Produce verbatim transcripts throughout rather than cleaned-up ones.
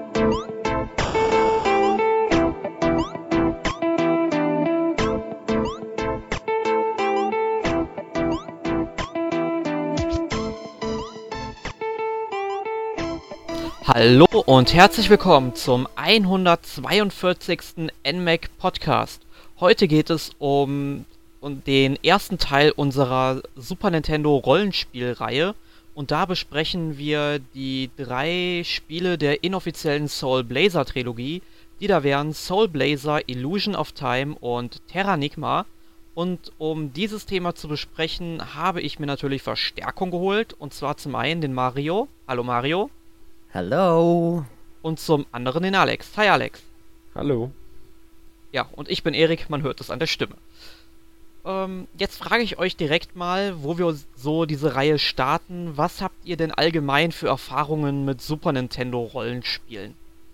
Hallo und herzlich willkommen zum hundertzweiundvierzigsten N M A C Podcast. Heute geht es um, um den ersten Teil unserer Super Nintendo Rollenspielreihe und da besprechen wir die drei Spiele der inoffiziellen Soul Blazer Trilogie, die da wären Soul Blazer, Illusion of Time und Terranigma. Und um dieses Thema zu besprechen, habe ich mir natürlich Verstärkung geholt, und zwar zum einen den Mario. Hallo Mario. Hallo. Und zum anderen den Alex. Hi Alex. Hallo. Ja, und ich bin Erik, man hört es an der Stimme. Ähm, jetzt frage ich euch direkt mal, wo wir so diese Reihe starten, was habt ihr denn allgemein für Erfahrungen mit Super Nintendo Rollenspielen?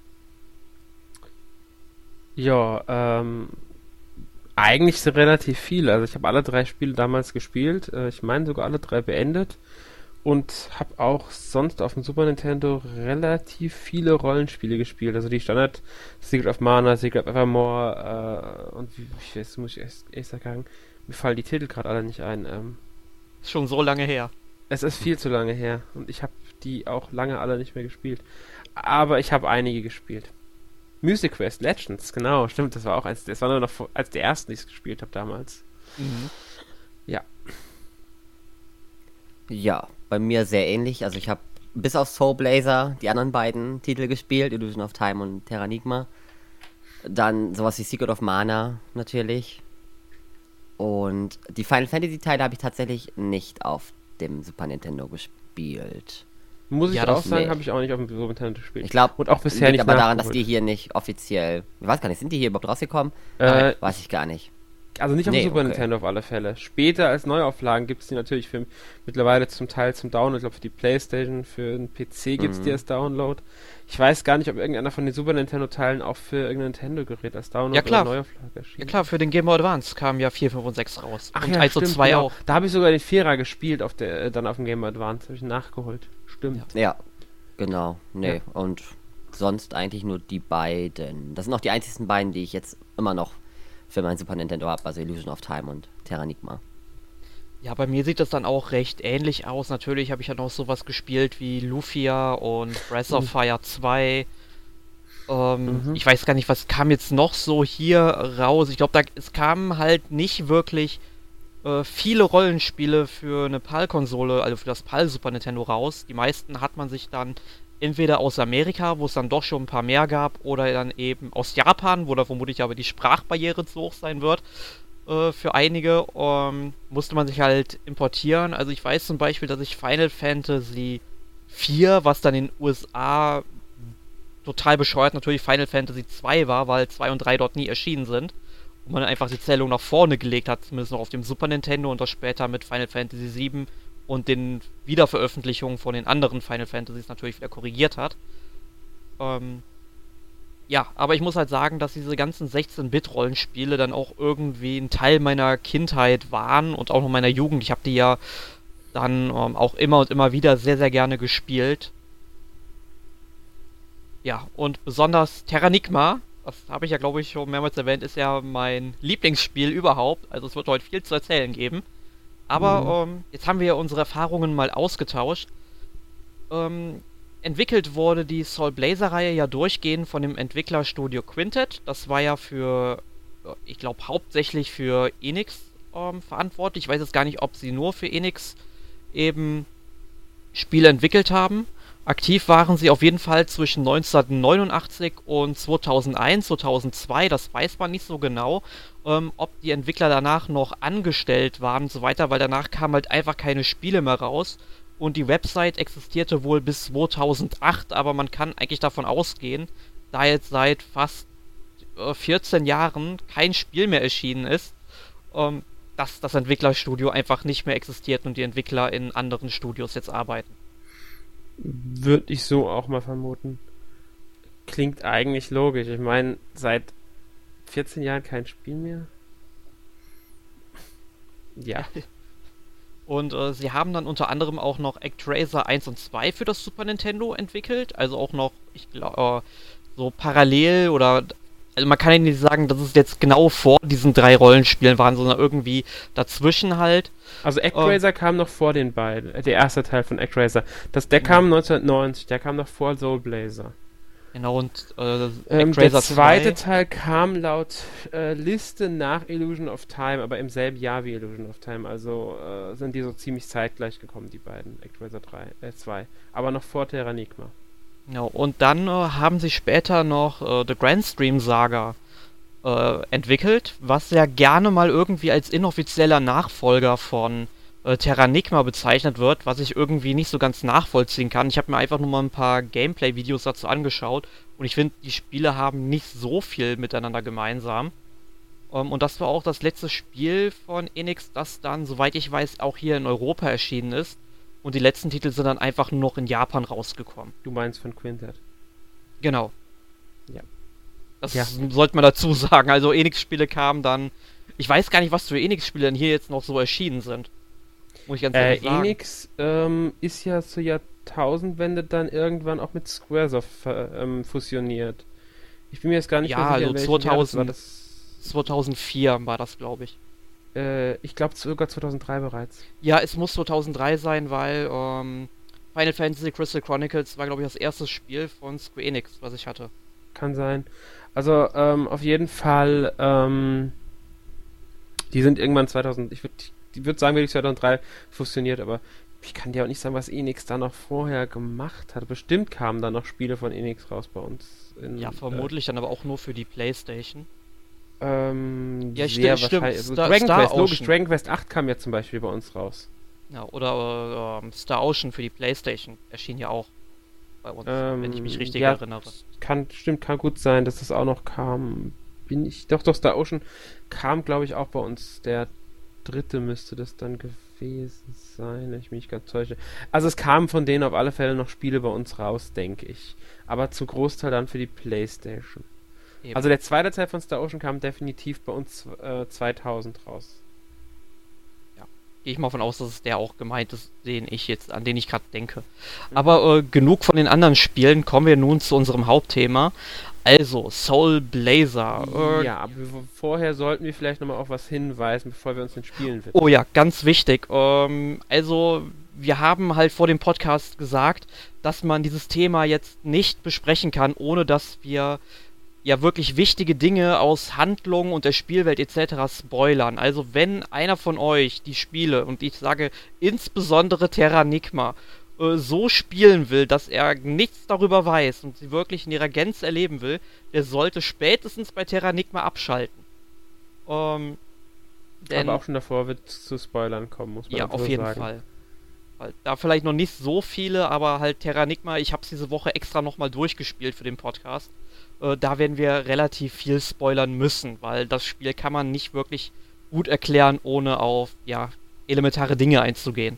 Ja, ähm, eigentlich so relativ viel. Also ich habe alle drei Spiele damals gespielt. Äh, ich meine sogar alle drei beendet. Und habe auch sonst auf dem Super Nintendo relativ viele Rollenspiele gespielt. Also die Standard Secret of Mana, Secret of Evermore äh, und wie, wie jetzt muss ich erst, erst sagen, mir fallen die Titel gerade alle nicht ein. Ähm, Ist schon so lange her. es ist viel zu lange her und ich habe die auch lange alle nicht mehr gespielt. Aber ich habe einige gespielt. Music Quest Legends, genau, stimmt, das war auch eins, das war nur noch vor, als der ersten, die ich gespielt habe damals. Mhm. Ja. Ja, bei mir sehr ähnlich. Also ich habe bis auf Soul Blazer die anderen beiden Titel gespielt, Illusion of Time und Terranigma. Dann sowas wie Secret of Mana natürlich. Und die Final Fantasy Teile habe ich tatsächlich nicht auf dem Super Nintendo gespielt. Muss ich Ja, auch das- sagen, nee. habe ich auch nicht auf dem Super Nintendo gespielt. Ich glaube, Und auch bisher liegt nicht aber daran, dass nachgeholt. die hier nicht offiziell, ich weiß gar nicht, sind die hier überhaupt rausgekommen? Äh, Weiß ich gar nicht. Also nicht auf Nee, dem Super okay. Nintendo auf alle Fälle. Später als Neuauflagen gibt es die natürlich für mittlerweile zum Teil zum Download. Ich glaube für die Playstation, für den P C gibt es Mhm. die als Download. Ich weiß gar nicht, ob irgendeiner von den Super Nintendo-Teilen auch für irgendein Nintendo-Gerät als Download Ja, klar. oder Neuauflage erschien. Ja klar, für den Game Boy Advance kamen ja vier, fünf und sechs raus. Ach und ja, eins und stimmt, zwei genau. auch. Da habe ich sogar den Vierer gespielt, auf der, äh, dann auf dem Game Boy Advance. Habe ich nachgeholt. Stimmt. Ja, genau. Nee, Ja. und sonst eigentlich nur die beiden. Das sind auch die einzigsten beiden, die ich jetzt immer noch für mein Super Nintendo habe, also Illusion of Time und Terranigma. Ja, bei mir sieht das dann auch recht ähnlich aus. Natürlich habe ich ja noch sowas gespielt wie Lufia und Breath of Mhm. Fire zwei. Ähm, Mhm. Ich weiß gar nicht, was kam jetzt noch so hier raus. Ich glaube, da es kamen halt nicht wirklich äh, viele Rollenspiele für eine PAL-Konsole, also für das PAL Super Nintendo raus. Die meisten hat man sich dann entweder aus Amerika, wo es dann doch schon ein paar mehr gab, oder dann eben aus Japan, wo da vermutlich aber die Sprachbarriere zu hoch sein wird. Äh, für einige ähm, musste man sich halt importieren. Also ich weiß zum Beispiel, dass ich Final Fantasy vier, was dann in den U S A total bescheuert natürlich Final Fantasy zwei war, weil zwei und drei dort nie erschienen sind. Und man einfach die Zählung nach vorne gelegt hat, zumindest noch auf dem Super Nintendo, und das später mit Final Fantasy sieben und den Wiederveröffentlichungen von den anderen Final Fantasies natürlich wieder korrigiert hat. Ähm, ja, aber ich muss halt sagen, dass diese ganzen sechzehn-Bit-Rollenspiele dann auch irgendwie ein Teil meiner Kindheit waren und auch noch meiner Jugend. Ich habe die ja dann ähm, auch immer und immer wieder sehr, sehr gerne gespielt. Ja, und besonders Terranigma, das habe ich ja, glaube ich, schon mehrmals erwähnt, ist ja mein Lieblingsspiel überhaupt. Also es wird heute viel zu erzählen geben. Aber ähm, jetzt haben wir ja unsere Erfahrungen mal ausgetauscht. Ähm, entwickelt wurde die Soul Blazer-Reihe ja durchgehend von dem Entwicklerstudio Quintet. Das war ja für, äh, ich glaube, hauptsächlich für Enix ähm, verantwortlich. Ich weiß jetzt gar nicht, ob sie nur für Enix eben Spiele entwickelt haben. Aktiv waren sie auf jeden Fall zwischen neunzehnhundertneunundachtzig und zweitausendeins, zweitausendzwei, das weiß man nicht so genau, ähm, ob die Entwickler danach noch angestellt waren und so weiter, weil danach kamen halt einfach keine Spiele mehr raus und die Website existierte wohl bis zweitausendacht, aber man kann eigentlich davon ausgehen, da jetzt seit fast äh, vierzehn Jahren kein Spiel mehr erschienen ist, ähm, dass das Entwicklerstudio einfach nicht mehr existiert und die Entwickler in anderen Studios jetzt arbeiten. Würde ich so auch mal vermuten. Klingt eigentlich logisch. Ich meine, seit vierzehn Jahren kein Spiel mehr. Ja. Und äh, sie haben dann unter anderem auch noch ActRaiser eins und zwei für das Super Nintendo entwickelt. Also auch noch, ich glaube, äh, so parallel oder... Also man kann ja nicht sagen, dass es jetzt genau vor diesen drei Rollenspielen waren, sondern irgendwie dazwischen halt. Also ActRaiser äh, kam noch vor den beiden. Äh, der erste Teil von ActRaiser. Das, der kam neunzehnhundertneunzig, der kam noch vor Soul Blazer. Genau, und äh, Ähm, der ActRaiser zweite zwei, Teil kam laut äh, Liste nach Illusion of Time, aber im selben Jahr wie Illusion of Time. Also äh, sind die so ziemlich zeitgleich gekommen, die beiden. ActRaiser drei, äh, zwei. Aber noch vor Terranigma. genau, und dann äh, haben sie später noch äh, The Grand Stream Saga äh, entwickelt, was ja gerne mal irgendwie als inoffizieller Nachfolger von äh, Terranigma bezeichnet wird, was ich irgendwie nicht so ganz nachvollziehen kann. Ich habe mir einfach nur mal ein paar Gameplay-Videos dazu angeschaut und ich finde, die Spiele haben nicht so viel miteinander gemeinsam. Um, und das war auch das letzte Spiel von Enix, das dann, soweit ich weiß, auch hier in Europa erschienen ist. Und die letzten Titel sind dann einfach nur noch in Japan rausgekommen. Du meinst von Quintet? Genau. Ja. Das Ja. sollte man dazu sagen. Also Enix-Spiele kamen dann... Ich weiß gar nicht, was für Enix-Spiele denn hier jetzt noch so erschienen sind. Muss ich ganz Äh, ehrlich sagen. Enix ähm, ist ja zur Jahrtausendwende dann irgendwann auch mit Squaresoft ähm, fusioniert. Ich bin mir jetzt gar nicht Ja, mehr sicher, also in welchem Jahr das war. zweitausend Das, zweitausendvier war das, glaube ich. äh, ich glaube sogar zweitausenddrei bereits. Ja, es muss zweitausenddrei sein, weil ähm, Final Fantasy Crystal Chronicles war, glaube ich, das erste Spiel von Square Enix, was ich hatte. Kann sein. Also ähm, auf jeden Fall, ähm, die sind irgendwann zweitausend, ich würde ich würd sagen, wirklich zweitausenddrei fusioniert, aber ich kann dir auch nicht sagen, was Enix da noch vorher gemacht hat. Bestimmt kamen da noch Spiele von Enix raus bei uns. In, Ja, vermutlich dann aber auch nur für die PlayStation. Ähm, Ja, sehr sti- stimmt, wahrscheinlich. Also Star- Dragon Star Quest, logisch, Ocean. Dragon Quest acht kam ja zum Beispiel bei uns raus. Ja, oder äh, ähm, Star Ocean für die PlayStation erschien ja auch bei uns, Ähm, wenn ich mich richtig ja, erinnere. Kann, stimmt, kann gut sein, dass das auch noch kam. Bin ich, doch, doch, Star Ocean kam, glaube ich, auch bei uns. Der dritte müsste das dann gewesen sein, wenn ich mich nicht ganz täusche. Also es kamen von denen auf alle Fälle noch Spiele bei uns raus, denke ich. Aber zum Großteil dann für die PlayStation. Eben. Also der zweite Teil von Star Ocean kam definitiv bei uns äh, zweitausend raus. Gehe ich mal von aus, dass es der auch gemeint ist, den ich jetzt, an den ich gerade denke. Aber äh, genug von den anderen Spielen, kommen wir nun zu unserem Hauptthema. Also, Soul Blazer. Äh, Ja, aber wir- vorher sollten wir vielleicht nochmal auf was hinweisen, bevor wir uns den Spielen widmen. Oh ja, ganz wichtig. Ähm, also, wir haben halt vor dem Podcast gesagt, dass man dieses Thema jetzt nicht besprechen kann, ohne dass wir ja wirklich wichtige Dinge aus Handlungen und der Spielwelt et cetera spoilern. Also wenn einer von euch die Spiele, und ich sage insbesondere Terranigma, äh, so spielen will, dass er nichts darüber weiß und sie wirklich in ihrer Gänze erleben will, der sollte spätestens bei Terranigma abschalten. Ähm, denn, Aber auch schon davor wird es zu Spoilern kommen, muss man ja, dazu auf jeden sagen. Fall. Weil da vielleicht noch nicht so viele, aber halt Terranigma, ich habe es diese Woche extra nochmal durchgespielt für den Podcast. Äh, da werden wir relativ viel spoilern müssen, weil das Spiel kann man nicht wirklich gut erklären, ohne auf, ja, elementare Dinge einzugehen.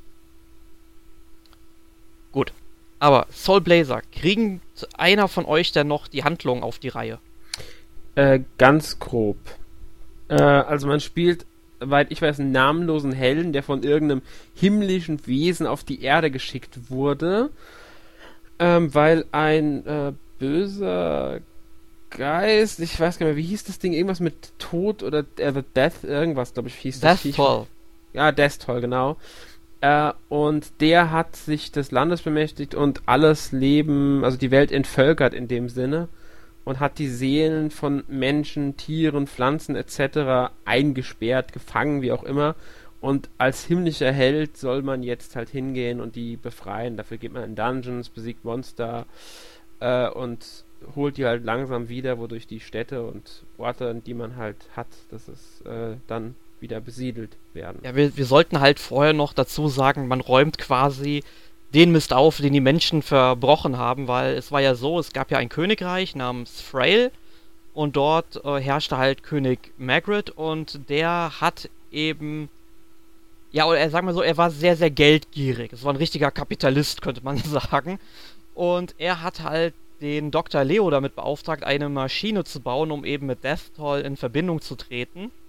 Gut. Aber Soul Blazer, kriegen einer von euch denn noch die Handlung auf die Reihe? Äh, ganz grob. Äh, also man spielt, soweit ich weiß, einen namenlosen Helden, der von irgendeinem himmlischen Wesen auf die Erde geschickt wurde, ähm, weil ein äh, böser Geist, ich weiß gar nicht mehr, wie hieß das Ding, irgendwas mit Tod oder äh, Death, irgendwas, glaube ich, hieß das. Death Toll. Ja, Death Toll, genau. Äh, und der hat sich des Landes bemächtigt und alles Leben, also die Welt entvölkert in dem Sinne und hat die Seelen von Menschen, Tieren, Pflanzen et cetera eingesperrt, gefangen, wie auch immer. Und als himmlischer Held soll man jetzt halt hingehen und die befreien. Dafür geht man in Dungeons, besiegt Monster äh, und holt die halt langsam wieder, wodurch die Städte und Orte, die man halt hat, dass es äh, dann wieder besiedelt werden. Ja, wir, wir sollten halt vorher noch dazu sagen, man räumt quasi den Mist auf, den die Menschen verbrochen haben, weil es war ja so, es gab ja ein Königreich namens Frail und dort äh, herrschte halt König Magritte und der hat eben, ja, oder er sagen wir so, er war sehr, sehr geldgierig. Es war ein richtiger Kapitalist, könnte man sagen. Und er hat halt den Doktor Leo damit beauftragt, eine Maschine zu bauen, um eben mit Death Toll in Verbindung zu treten.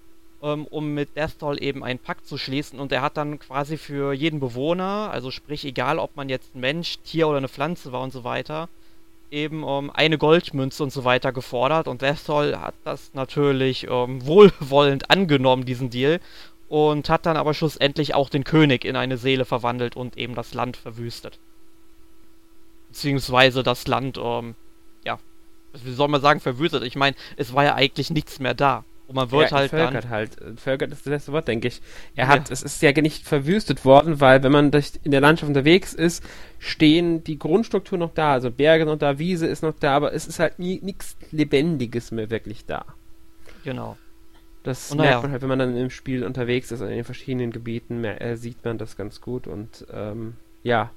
ähm, um mit Deathstall eben einen Pakt zu schließen. Und er hat dann quasi für jeden Bewohner, also sprich egal, ob man jetzt ein Mensch, Tier oder eine Pflanze war und so weiter, eben ähm, eine Goldmünze und so weiter gefordert. Und Deathstall hat das natürlich ähm, wohlwollend angenommen, diesen Deal. Und hat dann aber schlussendlich auch den König in eine Seele verwandelt und eben das Land verwüstet. Beziehungsweise das Land, ähm, ja, wie soll man sagen, verwüstet. Ich meine, es war ja eigentlich nichts mehr da. Und man wird ja, halt dann... Völkert halt. Völkert ist das letzte Wort, denke ich. Er hat, ja. Es ist ja nicht verwüstet worden, weil wenn man durch, in der Landschaft unterwegs ist, stehen die Grundstrukturen noch da. Also Berge noch da, Wiese ist noch da, aber es ist halt nie nichts Lebendiges mehr wirklich da. Genau. Das und merkt ja. man halt, wenn man dann im Spiel unterwegs ist, in den verschiedenen Gebieten, mehr, äh, sieht man das ganz gut. Und ähm, ja,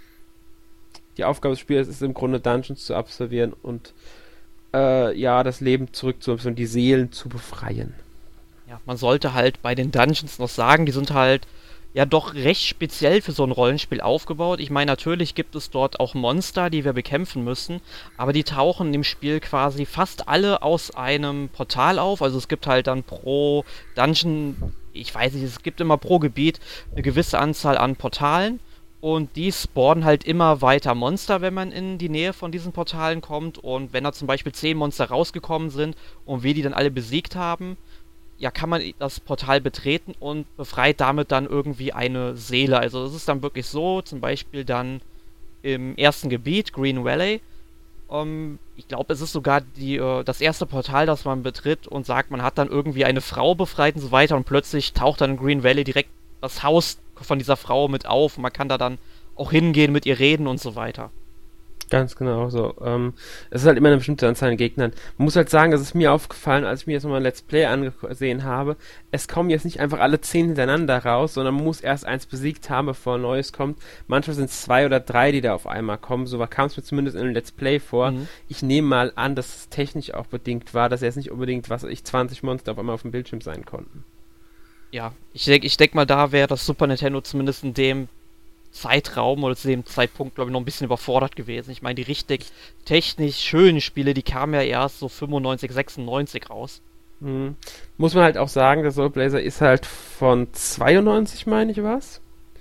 die Aufgabe des Spiels ist im Grunde Dungeons zu absolvieren und äh, ja, das Leben zurückzuholen und die Seelen zu befreien. Ja, man sollte halt bei den Dungeons noch sagen, die sind halt ja doch recht speziell für so ein Rollenspiel aufgebaut. Ich meine, natürlich gibt es dort auch Monster, die wir bekämpfen müssen, aber die tauchen im Spiel quasi fast alle aus einem Portal auf. Also es gibt halt dann pro Dungeon, ich weiß nicht, es gibt immer pro Gebiet eine gewisse Anzahl an Portalen und die spawnen halt immer weiter Monster, wenn man in die Nähe von diesen Portalen kommt. Und wenn da zum Beispiel zehn Monster rausgekommen sind und wir die dann alle besiegt haben, ja, kann man das Portal betreten und befreit damit dann irgendwie eine Seele. Also das ist dann wirklich so, zum Beispiel dann im ersten Gebiet, Green Valley. Ähm, ich glaube, es ist sogar die, äh, das erste Portal, das man betritt und sagt, man hat dann irgendwie eine Frau befreit und so weiter und plötzlich taucht dann in Green Valley direkt das Haus von dieser Frau mit auf und man kann da dann auch hingehen, mit ihr reden und so weiter. Ganz genau so. Ähm, es ist halt immer eine bestimmte Anzahl an Gegnern. Man muss halt sagen, es ist mir aufgefallen, als ich mir jetzt nochmal ein Let's Play angesehen habe, es kommen jetzt nicht einfach alle zehn hintereinander raus, sondern man muss erst eins besiegt haben, bevor ein neues kommt. Manchmal sind es zwei oder drei, die da auf einmal kommen. So kam es mir zumindest in einem Let's Play vor. Mhm. Ich nehme mal an, dass es technisch auch bedingt war, dass jetzt nicht unbedingt, was weiß ich, zwanzig Monster auf einmal auf dem Bildschirm sein konnten. Ja, ich denke ich denk mal, da wäre das Super Nintendo zumindest in dem Zeitraum oder zu dem Zeitpunkt, glaube ich, noch ein bisschen überfordert gewesen. Ich meine, die richtig technisch schönen Spiele, die kamen ja erst so fünfundneunzig, sechsundneunzig raus. Mhm. Muss man halt auch sagen, der Soul Blazer ist halt von zweiundneunzig, meine ich, was?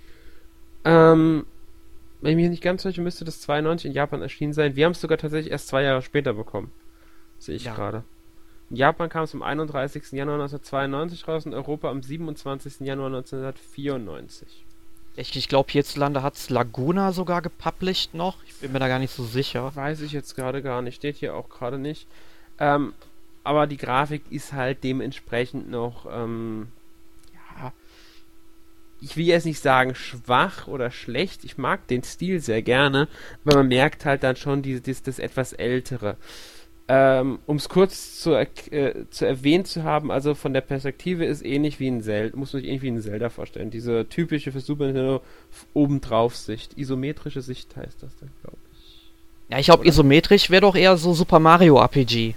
Ähm, wenn ich mich nicht ganz täusche, müsste das zweiundneunzig in Japan erschienen sein. Wir haben es sogar tatsächlich erst zwei Jahre später bekommen. Sehe ich ja. gerade. In Japan kam es am einunddreißigsten Januar neunzehnhundertzweiundneunzig raus, in Europa am siebenundzwanzigsten Januar neunzehnhundertvierundneunzig. Ich, ich glaube, hierzulande hat es Laguna sogar gepublished noch. Ich bin mir da gar nicht so sicher. Weiß ich jetzt gerade gar nicht. Steht hier auch gerade nicht. Ähm, aber die Grafik ist halt dementsprechend noch, ähm, ja, ich will jetzt nicht sagen schwach oder schlecht. Ich mag den Stil sehr gerne, aber man merkt halt dann schon dieses, dieses das etwas ältere. Ähm, um es kurz zu, äh, zu erwähnt zu haben, also von der Perspektive ist ähnlich wie ein Zelda, muss man sich ähnlich wie ein Zelda vorstellen. Diese typische für Super Nintendo Obendrauf-Sicht. Isometrische Sicht heißt das dann, glaube ich. Ja, ich glaube, isometrisch wäre doch eher so Super Mario R P G.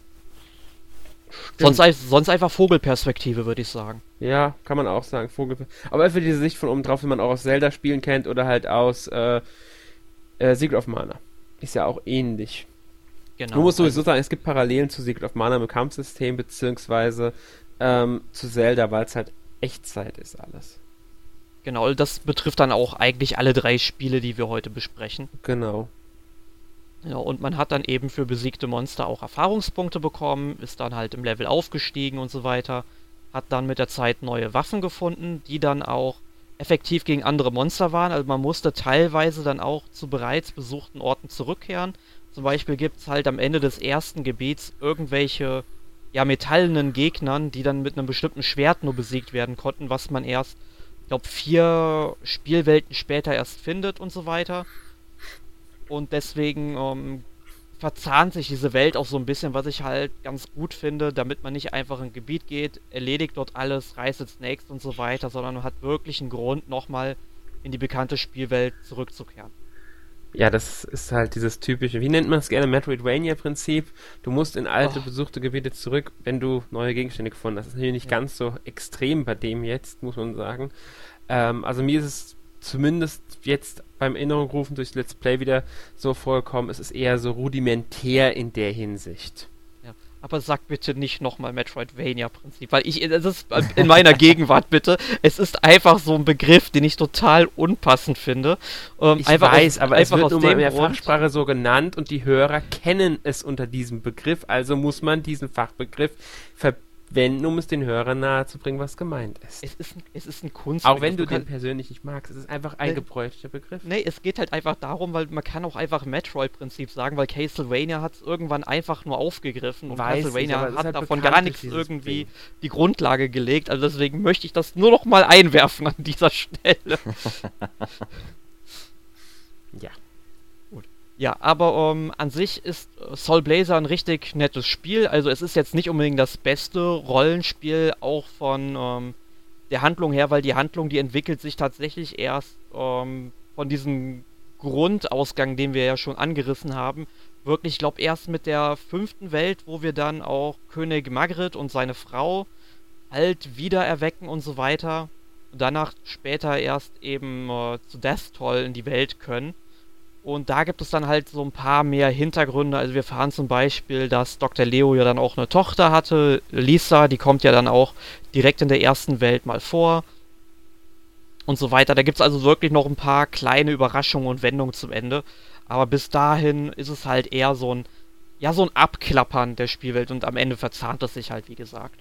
Sonst, sonst einfach Vogelperspektive, würde ich sagen. Ja, kann man auch sagen, Vogelperspektive. Aber einfach diese Sicht von oben drauf, wie man auch aus Zelda-Spielen kennt oder halt aus äh, äh, Secret of Mana. Ist ja auch ähnlich. Genau, man muss sowieso sagen, es gibt Parallelen zu Secret of Mana im Kampfsystem, beziehungsweise ähm, zu Zelda, weil es halt Echtzeit ist alles. Genau, das betrifft dann auch eigentlich alle drei Spiele, die wir heute besprechen. Genau. Ja, und man hat dann eben für besiegte Monster auch Erfahrungspunkte bekommen, ist dann halt im Level aufgestiegen und so weiter, hat dann mit der Zeit neue Waffen gefunden, die dann auch effektiv gegen andere Monster waren. Also man musste teilweise dann auch zu bereits besuchten Orten zurückkehren. Zum Beispiel gibt es halt am Ende des ersten Gebiets irgendwelche, ja, metallenen Gegnern, die dann mit einem bestimmten Schwert nur besiegt werden konnten, was man erst, ich glaube, vier Spielwelten später erst findet und so weiter. Und deswegen ähm, verzahnt sich diese Welt auch so ein bisschen, was ich halt ganz gut finde, damit man nicht einfach in ein Gebiet geht, erledigt dort alles, reist ins nächste und so weiter, sondern man hat wirklich einen Grund, nochmal in die bekannte Spielwelt zurückzukehren. Ja, das ist halt dieses typische, wie nennt man es gerne, Metroidvania-Prinzip. Du musst in alte, oh. besuchte Gebiete zurück, wenn du neue Gegenstände gefunden hast. Das ist natürlich nicht ja. ganz so extrem bei dem jetzt, muss man sagen. Ähm, also mir ist es zumindest jetzt beim Erinnerung rufen durchs Let's Play wieder so vorgekommen, es ist eher so rudimentär in der Hinsicht. Ja. Aber sag bitte nicht nochmal Metroidvania-Prinzip, weil ich, es ist in meiner Gegenwart bitte, es ist einfach so ein Begriff, den ich total unpassend finde. Ähm, Ich einfach weiß, aus, aber einfach es wird aus nun mal dem in der Grund, Fachsprache so genannt und die Hörer kennen es unter diesem Begriff, also muss man diesen Fachbegriff verwenden, um es den Hörern nahezubringen, was gemeint ist. es ist ein, es ist ein Kunstbegriff. Auch wenn du kann, den persönlich nicht magst, es ist einfach ein Nee. gebräuchlicher Begriff. Nee, es geht halt einfach darum, weil man kann auch einfach Metroid-Prinzip sagen, weil Castlevania hat es irgendwann einfach nur aufgegriffen und Weiß ich, Castlevania aber es ist hat halt davon bekannt gar durch nichts dieses irgendwie Ding. die Grundlage gelegt. Also deswegen möchte ich das nur noch mal einwerfen an dieser Stelle. Ja. Ja, aber ähm, an sich ist äh, Soul Blazer ein richtig nettes Spiel. Also es ist jetzt nicht unbedingt das beste Rollenspiel, auch von ähm, der Handlung her, weil die Handlung, die entwickelt sich tatsächlich erst ähm, von diesem Grundausgang, den wir ja schon angerissen haben. Wirklich, ich glaube, erst mit der fünften Welt, wo wir dann auch König Magritte und seine Frau halt wiedererwecken und so weiter. Und danach später erst eben äh, zu Death Toll in die Welt können. Und da gibt es dann halt so ein paar mehr Hintergründe. Also wir erfahren zum Beispiel, dass Doktor Leo ja dann auch eine Tochter hatte, Lisa, die kommt ja dann auch direkt in der ersten Welt mal vor. Und so weiter. Da gibt es also wirklich noch ein paar kleine Überraschungen und Wendungen zum Ende. Aber bis dahin ist es halt eher so ein, ja, so ein Abklappern der Spielwelt und am Ende verzahnt es sich halt, wie gesagt.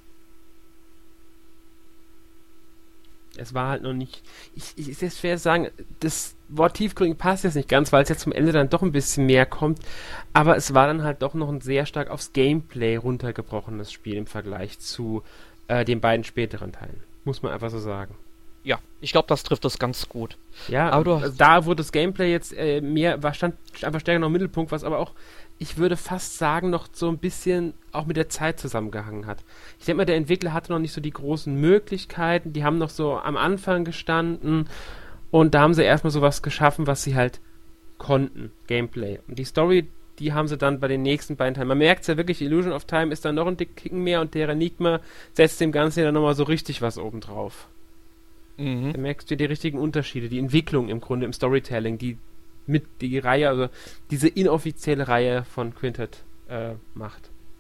Es war halt noch nicht. Ich, ich ist jetzt schwer zu sagen, das Wort tiefgründig passt jetzt nicht ganz, weil es jetzt zum Ende dann doch ein bisschen mehr kommt. Aber es war dann halt doch noch ein sehr stark aufs Gameplay runtergebrochenes Spiel im Vergleich zu äh, den beiden späteren Teilen. Muss man einfach so sagen. Ja, ich glaube, das trifft es ganz gut. Ja, Aber du also hast- da wurde das Gameplay jetzt äh, mehr, war stand einfach stärker noch im Mittelpunkt, was aber auch, ich würde fast sagen, noch so ein bisschen auch mit der Zeit zusammengehangen hat. Ich denke mal, der Entwickler hatte noch nicht so die großen Möglichkeiten, die haben noch so am Anfang gestanden und da haben sie erstmal sowas geschaffen, was sie halt konnten, Gameplay. Und die Story, die haben sie dann bei den nächsten beiden Teilen. Man merkt es ja wirklich, Illusion of Time ist dann noch ein Ticken mehr und der Enigma setzt dem Ganzen ja dann nochmal so richtig was obendrauf. Mhm. Da merkst du die richtigen Unterschiede, die Entwicklung im Grunde im Storytelling, die mit die Reihe, also diese inoffizielle Reihe von Quintet äh, macht.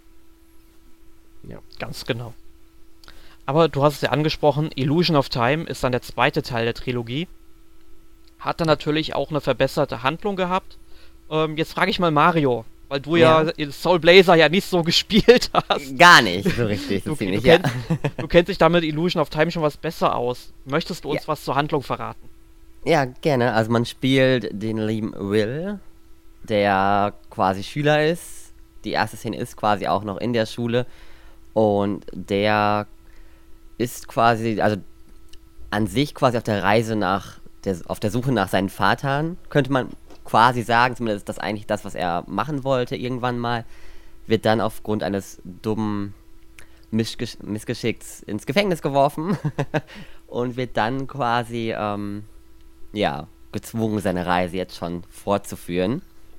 Ja. Ganz genau. Aber du hast es ja angesprochen, Illusion of Time ist dann der zweite Teil der Trilogie. Hat dann natürlich auch eine verbesserte Handlung gehabt. Ähm, jetzt frage ich mal Mario, weil du ja, Ja. in Soul Blazer ja nicht so gespielt hast. Gar nicht so richtig, so Du, ziemlich, du, ja. kennst, du kennst dich damit Illusion of Time schon was besser aus. Möchtest du uns Ja. was zur Handlung verraten? Ja, gerne. Also man spielt den lieben Will, der quasi Schüler ist. Die erste Szene ist quasi auch noch in der Schule. Und der ist quasi, also an sich quasi auf der Reise nach, der, auf der Suche nach seinen Vatern, könnte man quasi sagen, zumindest ist das eigentlich das, was er machen wollte irgendwann mal, wird dann aufgrund eines dummen Missgesch Missgeschicks ins Gefängnis geworfen und wird dann quasi, ähm, ja, gezwungen, seine Reise jetzt schon fortzuführen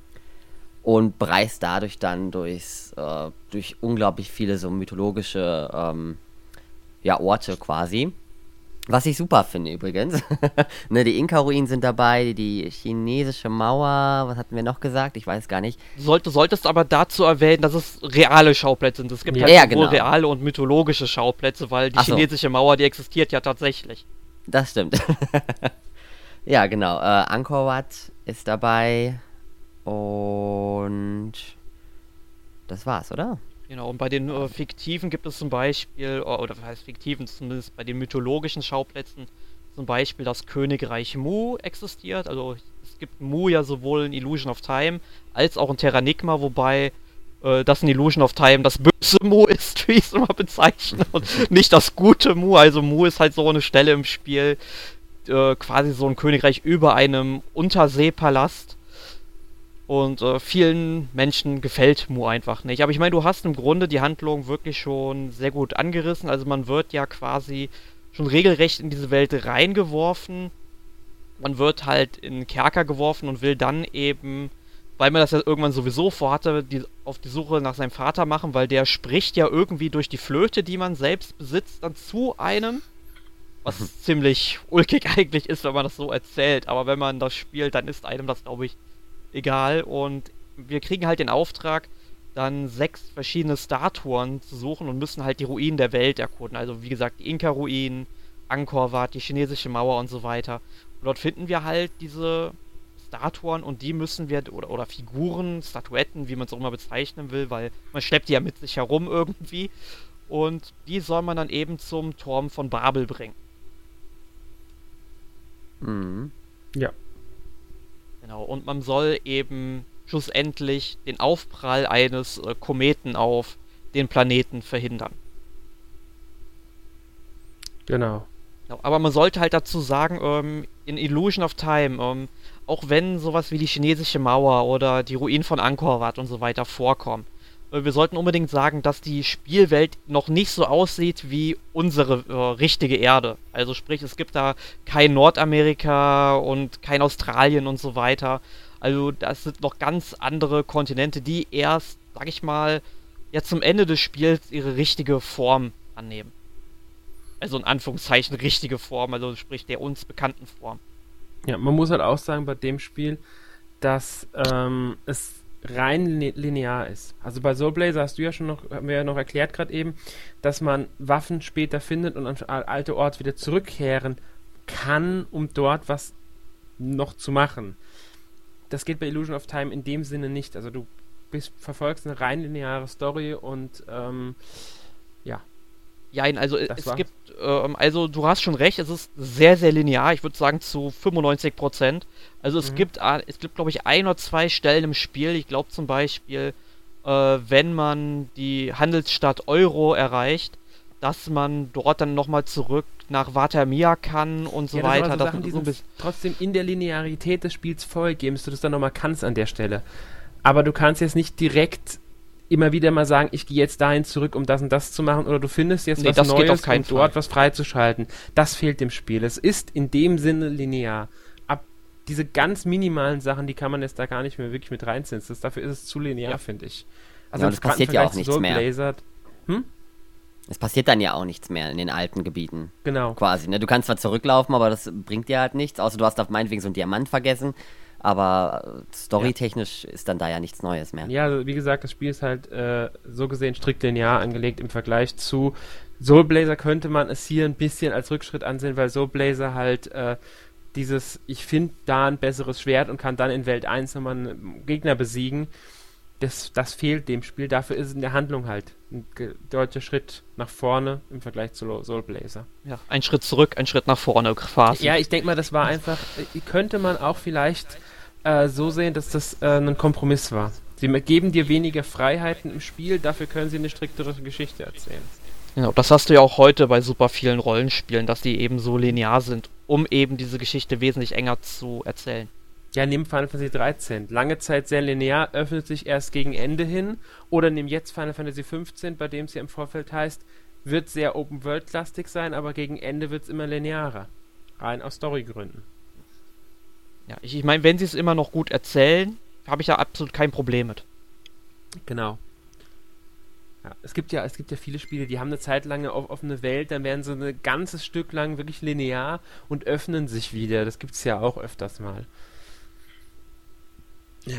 und bereist dadurch dann durchs, äh, durch unglaublich viele so mythologische ähm, ja, Orte quasi. Was ich super finde übrigens. Ne, die Inka-Ruinen sind dabei, die chinesische Mauer, was hatten wir noch gesagt? Ich weiß gar nicht. Du sollt, du solltest aber dazu erwähnen, dass es reale Schauplätze sind. Es gibt Ja. halt Ja, sowohl genau. reale und mythologische Schauplätze, weil die Ach so. chinesische Mauer, die existiert ja tatsächlich. Das stimmt. Ja, genau. Äh, Angkor Wat ist dabei und das war's, oder? Genau, und bei den äh, fiktiven gibt es zum Beispiel, o- oder was heißt fiktiven, zumindest bei den mythologischen Schauplätzen, zum Beispiel das Königreich Mu existiert. Also es gibt Mu ja sowohl in Illusion of Time als auch in Terranigma, wobei äh, das in Illusion of Time das böse Mu ist, wie ich es immer bezeichne, und nicht das gute Mu. Also Mu ist halt so eine Stelle im Spiel, äh, quasi so ein Königreich über einem Unterseepalast. Und äh, vielen Menschen gefällt Mu einfach nicht. Aber ich meine, du hast im Grunde die Handlung wirklich schon sehr gut angerissen. Also man wird ja quasi schon regelrecht in diese Welt reingeworfen. Man wird halt in den Kerker geworfen und will dann eben, weil man das ja irgendwann sowieso vorhatte, die, auf die Suche nach seinem Vater machen, weil der spricht ja irgendwie durch die Flöte, die man selbst besitzt, dann zu einem. Was ziemlich ulkig eigentlich ist, wenn man das so erzählt. Aber wenn man das spielt, dann ist einem das, glaube ich, egal. Und wir kriegen halt den Auftrag, dann sechs verschiedene Statuen zu suchen und müssen halt die Ruinen der Welt erkunden. Also wie gesagt, die Inka-Ruinen, Angkor Wat, die chinesische Mauer und so weiter. Und dort finden wir halt diese Statuen und die müssen wir, oder, oder Figuren, Statuetten, wie man es auch immer bezeichnen will, weil man schleppt die ja mit sich herum irgendwie. Und die soll man dann eben zum Turm von Babel bringen. Mhm. Ja. Genau, und man soll eben schlussendlich den Aufprall eines äh, Kometen auf den Planeten verhindern. Genau. Genau, aber man sollte halt dazu sagen, ähm, in Illusion of Time, ähm, auch wenn sowas wie die chinesische Mauer oder die Ruinen von Angkor Wat und so weiter vorkommen, äh, wir sollten unbedingt sagen, dass die Spielwelt noch nicht so aussieht wie unsere äh, richtige Erde. Also sprich, es gibt da kein Nordamerika und kein Australien und so weiter. Also das sind noch ganz andere Kontinente, die erst, sag ich mal, ja zum Ende des Spiels ihre richtige Form annehmen. Also in Anführungszeichen richtige Form, also sprich der uns bekannten Form. Ja, man muss halt auch sagen bei dem Spiel, dass ähm, es rein li- linear ist. Also bei Soul Blazer hast du ja schon noch, haben wir ja noch erklärt gerade eben, dass man Waffen später findet und an alte Orte wieder zurückkehren kann, um dort was noch zu machen. Das geht bei Illusion of Time in dem Sinne nicht. Also du bist, verfolgst eine rein lineare Story und ähm, ja. Ja, also Das es war's. gibt, ähm, also du hast schon recht, es ist sehr, sehr linear, ich würde sagen zu fünfundneunzig Prozent. Also es Mhm. gibt, a- es gibt glaube ich ein oder zwei Stellen im Spiel, ich glaube zum Beispiel, äh, wenn man die Handelsstadt Euro erreicht, dass man dort dann nochmal zurück nach Vatamia kann und so Ja, das sind weiter. aber so dass Sachen, man die so ein sind bisschen- trotzdem in der Linearität des Spiels vorgegeben, dass du das dann nochmal kannst an der Stelle. Aber du kannst jetzt nicht direkt immer wieder mal sagen, ich gehe jetzt dahin zurück, um das und das zu machen, oder du findest jetzt Nee, was das geht Neues, auf keinen um dort Fall. was freizuschalten. Das fehlt dem Spiel. Es ist in dem Sinne linear. Ab diese ganz minimalen Sachen, die kann man jetzt da gar nicht mehr wirklich mit reinziehen. Das, dafür ist es zu linear, Ja. finde ich. Ja, und im es passiert ja Vergleich auch zu nichts Soul mehr. Blazer, Es passiert dann ja auch nichts mehr in den alten Gebieten. genau. Quasi, ne? Du kannst zwar zurücklaufen, aber das bringt dir halt nichts, außer du hast auf meinetwegen so einen Diamant vergessen, aber äh, storytechnisch ist dann da ja nichts Neues mehr. Ja, also wie gesagt, das Spiel ist halt äh, so gesehen strikt linear angelegt im Vergleich zu Soul Blazer. Könnte man es hier ein bisschen als Rückschritt ansehen, weil Soul Blazer halt äh, dieses, ich finde da ein besseres Schwert und kann dann in Welt eins nochmal einen Gegner besiegen, das, das fehlt dem Spiel. Dafür ist es in der Handlung halt ein ge- deutlicher Schritt nach vorne im Vergleich zu Lo- Soul Blazer. Ja, ein Schritt zurück, ein Schritt nach vorne quasi. Ja, ich denke mal, das war einfach, äh, könnte man auch vielleicht äh, so sehen, dass das äh, ein Kompromiss war. Sie me- geben dir weniger Freiheiten im Spiel, dafür können sie eine striktere Geschichte erzählen. Genau, das hast du ja auch heute bei super vielen Rollenspielen, dass die eben so linear sind, um eben diese Geschichte wesentlich enger zu erzählen. Ja, nimm Final Fantasy dreizehn. Lange Zeit sehr linear, öffnet sich erst gegen Ende hin. Oder nimm jetzt Final Fantasy fünfzehn, bei dem es ja im Vorfeld heißt, wird sehr Open-World-lastig sein, aber gegen Ende wird es immer linearer. Rein aus Storygründen. Ja, ich, ich meine, wenn sie es immer noch gut erzählen, habe ich da absolut kein Problem mit. Genau. Ja, es gibt ja, es gibt ja viele Spiele, die haben eine Zeit lang eine off- offene Welt, dann werden sie ein ganzes Stück lang wirklich linear und öffnen sich wieder. Das gibt es ja auch öfters mal. Ja.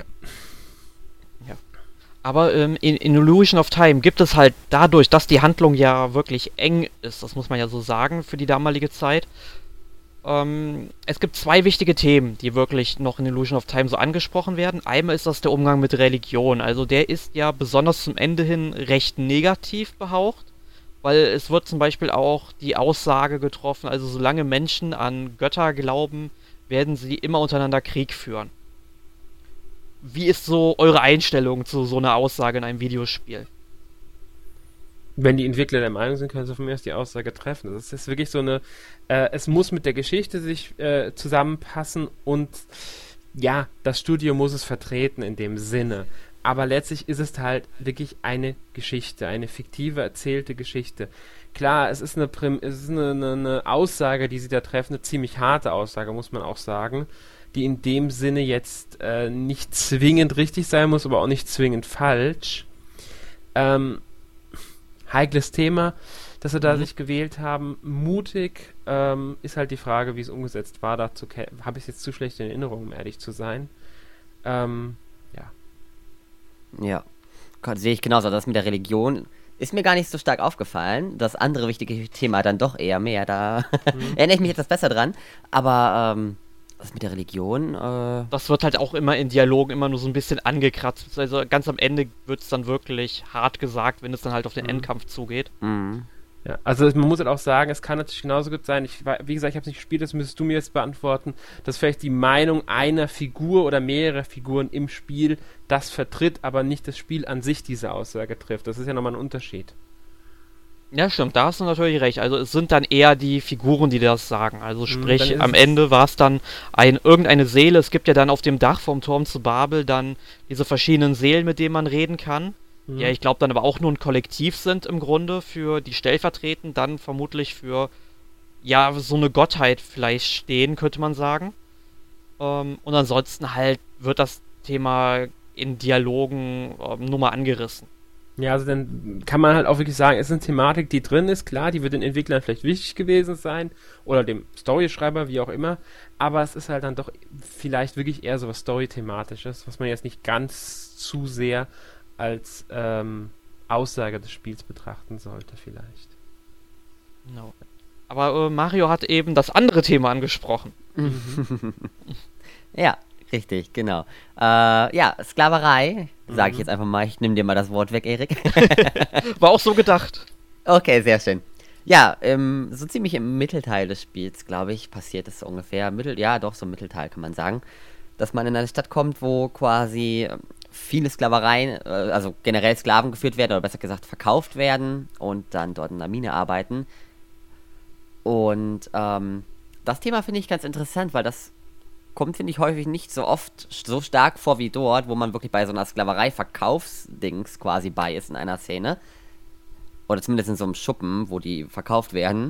Aber ähm, in, in Illusion of Time gibt es halt dadurch, dass die Handlung ja wirklich eng ist, das muss man ja so sagen für die damalige Zeit, ähm, es gibt zwei wichtige Themen, die wirklich noch in Illusion of Time so angesprochen werden. Einmal ist das der Umgang mit Religion, also der ist ja besonders zum Ende hin recht negativ behaucht, weil es wird zum Beispiel auch die Aussage getroffen, also solange Menschen an Götter glauben, werden sie immer untereinander Krieg führen. Wie ist so eure Einstellung zu so einer Aussage in einem Videospiel? Wenn die Entwickler der Meinung sind, können sie von mir aus die Aussage treffen. Das ist wirklich so eine, äh, es muss mit der Geschichte sich äh, zusammenpassen und ja, das Studio muss es vertreten in dem Sinne. Aber letztlich ist es halt wirklich eine Geschichte, eine fiktive erzählte Geschichte. Klar, es ist eine, Prim es ist eine, eine, eine Aussage, die sie da treffen, eine ziemlich harte Aussage, muss man auch sagen, die in dem Sinne jetzt äh, nicht zwingend richtig sein muss, aber auch nicht zwingend falsch. Ähm, heikles Thema, das sie da Mhm. sich gewählt haben. Mutig ähm, ist halt die Frage, wie es umgesetzt war. Dazu habe ich es jetzt zu schlecht in Erinnerung, um ehrlich zu sein. Ähm, ja. Ja. sehe ich genauso. Das mit der Religion ist mir gar nicht so stark aufgefallen. Das andere wichtige Thema dann doch eher mehr. Da mhm. erinnere ich mich etwas besser dran. Aber ähm, das mit der Religion... Äh das wird halt auch immer in Dialogen immer nur so ein bisschen angekratzt. Also ganz am Ende wird es dann wirklich hart gesagt, wenn es dann halt auf den mhm. Endkampf zugeht. Mhm. Ja, also man muss halt auch sagen, es kann natürlich genauso gut sein, ich, wie gesagt, ich habe es nicht gespielt, das müsstest du mir jetzt beantworten, dass vielleicht die Meinung einer Figur oder mehrerer Figuren im Spiel das vertritt, aber nicht das Spiel an sich diese Aussage trifft. Das ist ja nochmal ein Unterschied. Ja, stimmt, da hast du natürlich recht. Also es sind dann eher die Figuren, die das sagen. Also sprich, hm, am Ende war es dann ein, irgendeine Seele. Es gibt ja dann auf dem Dach vom Turm zu Babel dann diese verschiedenen Seelen, mit denen man reden kann. Hm. Ja, ich glaube dann aber auch nur ein Kollektiv sind im Grunde für die stellvertretend dann vermutlich für, ja, so eine Gottheit vielleicht stehen, könnte man sagen. Ähm, und ansonsten halt wird das Thema in Dialogen ähm, nur mal angerissen. Ja, also dann kann man halt auch wirklich sagen, es ist eine Thematik, die drin ist, klar, die wird den Entwicklern vielleicht wichtig gewesen sein oder dem Storyschreiber, wie auch immer, aber es ist halt dann doch vielleicht wirklich eher so was Story-thematisches, was man jetzt nicht ganz zu sehr als ähm, Aussage des Spiels betrachten sollte vielleicht. No. Aber äh, Mario hat eben das andere Thema angesprochen. Mhm. Ja. Richtig, genau. Äh, ja, Sklaverei, sage ich Mhm. jetzt einfach mal. Ich nehme dir mal das Wort weg, Erik. War auch so gedacht. Okay, sehr schön. Ja, ähm, so ziemlich im Mittelteil des Spiels, glaube ich, passiert es ungefähr. Mittel, ja, doch, so im Mittelteil kann man sagen. Dass man in eine Stadt kommt, wo quasi viele Sklavereien, äh, also generell Sklaven geführt werden, oder besser gesagt verkauft werden und dann dort in der Mine arbeiten. Und ähm, das Thema finde ich ganz interessant, weil das kommt, finde ich, häufig nicht so oft so stark vor wie dort, wo man wirklich bei so einer Sklaverei-Verkaufsdings quasi bei ist in einer Szene. Oder zumindest in so einem Schuppen, wo die verkauft werden.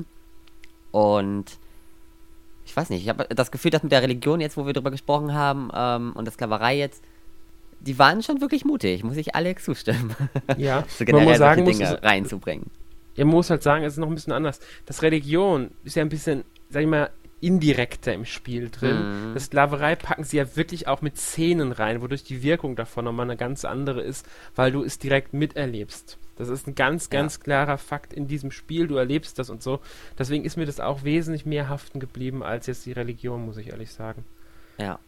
Und ich weiß nicht, ich habe das Gefühl, dass mit der Religion jetzt, wo wir drüber gesprochen haben, ähm, und der Sklaverei jetzt, die waren schon wirklich mutig, muss ich Alex zustimmen. Ja, so man generell muss sagen, solche muss Dinge es- reinzubringen. Ja, man muss halt sagen, es ist noch ein bisschen anders. Das Religion ist ja ein bisschen, sag ich mal, indirekter im Spiel drin. Mhm. Das Sklaverei packen sie ja wirklich auch mit Szenen rein, wodurch die Wirkung davon nochmal eine ganz andere ist, weil du es direkt miterlebst. Das ist ein ganz, ganz Ja. klarer Fakt in diesem Spiel, du erlebst das und so. Deswegen ist mir das auch wesentlich mehr haften geblieben als jetzt die Religion, muss ich ehrlich sagen. Ja.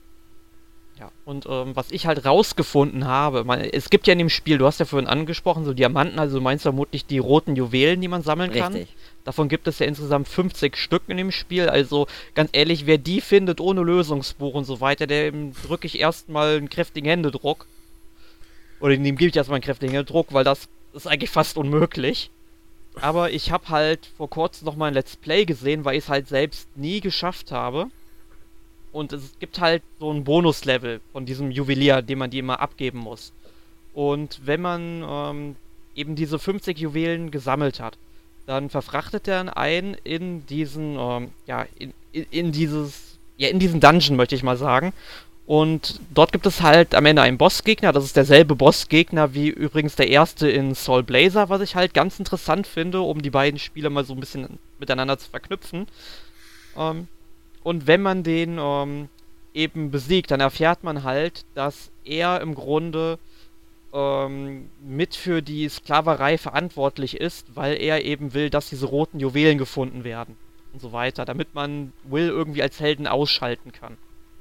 Ja, und ähm, was ich halt rausgefunden habe, man, es gibt ja in dem Spiel, du hast ja vorhin angesprochen, so Diamanten, also du meinst vermutlich die roten Juwelen, die man sammeln kann. Richtig. Davon gibt es ja insgesamt fünfzig Stück in dem Spiel, also ganz ehrlich, wer die findet ohne Lösungsbuch und so weiter, dem drücke ich erstmal einen kräftigen Händedruck. Oder dem gebe ich erstmal einen kräftigen Händedruck, weil das ist eigentlich fast unmöglich. Aber ich habe halt vor kurzem noch mal ein Let's Play gesehen, weil ich es halt selbst nie geschafft habe. Und es gibt halt so ein Bonuslevel von diesem Juwelier, den man die immer abgeben muss. Und wenn man ähm, eben diese fünfzig Juwelen gesammelt hat, dann verfrachtet er einen in diesen, ähm, ja, in, in, in dieses, ja, in diesen Dungeon, möchte ich mal sagen. Und dort gibt es halt am Ende einen Bossgegner, das ist derselbe Bossgegner wie übrigens der erste in Soul Blazer, was ich halt ganz interessant finde, um die beiden Spiele mal so ein bisschen miteinander zu verknüpfen. Ähm, und wenn man den ähm, eben besiegt, dann erfährt man halt, dass er im Grunde ähm, mit für die Sklaverei verantwortlich ist, weil er eben will, dass diese roten Juwelen gefunden werden und so weiter, damit man Will irgendwie als Helden ausschalten kann.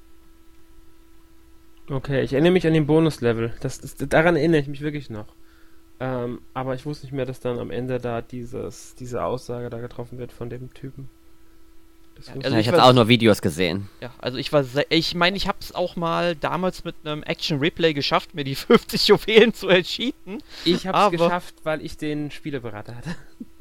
Okay, ich erinnere mich an den Bonuslevel. Das, das, daran erinnere ich mich wirklich noch. Ähm, aber ich wusste nicht mehr, dass dann am Ende da dieses, diese Aussage da getroffen wird von dem Typen. Das Ja, wusste also Ja, ich ich habe weiß- auch nur Videos gesehen. Ja, also ich war sehr, ich meine, ich habe es auch mal damals mit einem Action-Replay geschafft, mir die fünfzig Juwelen zu ercheaten. Ich habe Aber- es geschafft, weil ich den Spieleberater hatte.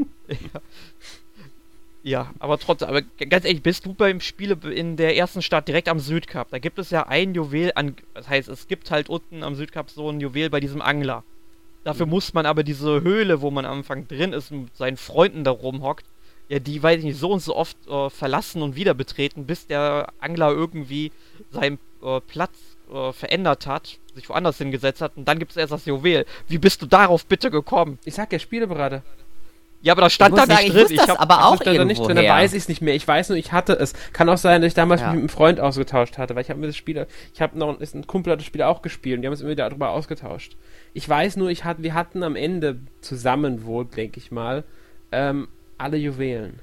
Ja, aber trotzdem, aber g- ganz ehrlich, bist du beim Spiele b- in der ersten Stadt direkt am Südkap, da gibt es ja ein Juwel an, das heißt, es gibt halt unten am Südkap so ein Juwel bei diesem Angler. Dafür Mhm. muss man aber diese Höhle, wo man am Anfang drin ist und mit seinen Freunden da rumhockt, ja, die, weiß ich nicht, so und so oft äh, verlassen und wieder betreten, bis der Angler irgendwie seinen äh, Platz äh, verändert hat, sich woanders hingesetzt hat und dann gibt es erst das Juwel. Wie bist du darauf bitte gekommen? Ich sag ja, Spieleberater. Ja, aber das stand Ich da muss nicht sagen, ich drin. wusste Ich das hab, aber Ach, auch das stand da nicht irgendwo drin, dann her. weiß ich es nicht mehr. Ich weiß nur, ich hatte es. Kann auch sein, dass ich damals Ja. mit einem Freund ausgetauscht hatte, weil ich habe mir das Spiel, ich habe noch, ist ein Kumpel hat das Spiel auch gespielt und die haben uns immer wieder darüber ausgetauscht. Ich weiß nur, ich hatte, wir hatten am Ende zusammen wohl, denke ich mal, ähm, alle Juwelen.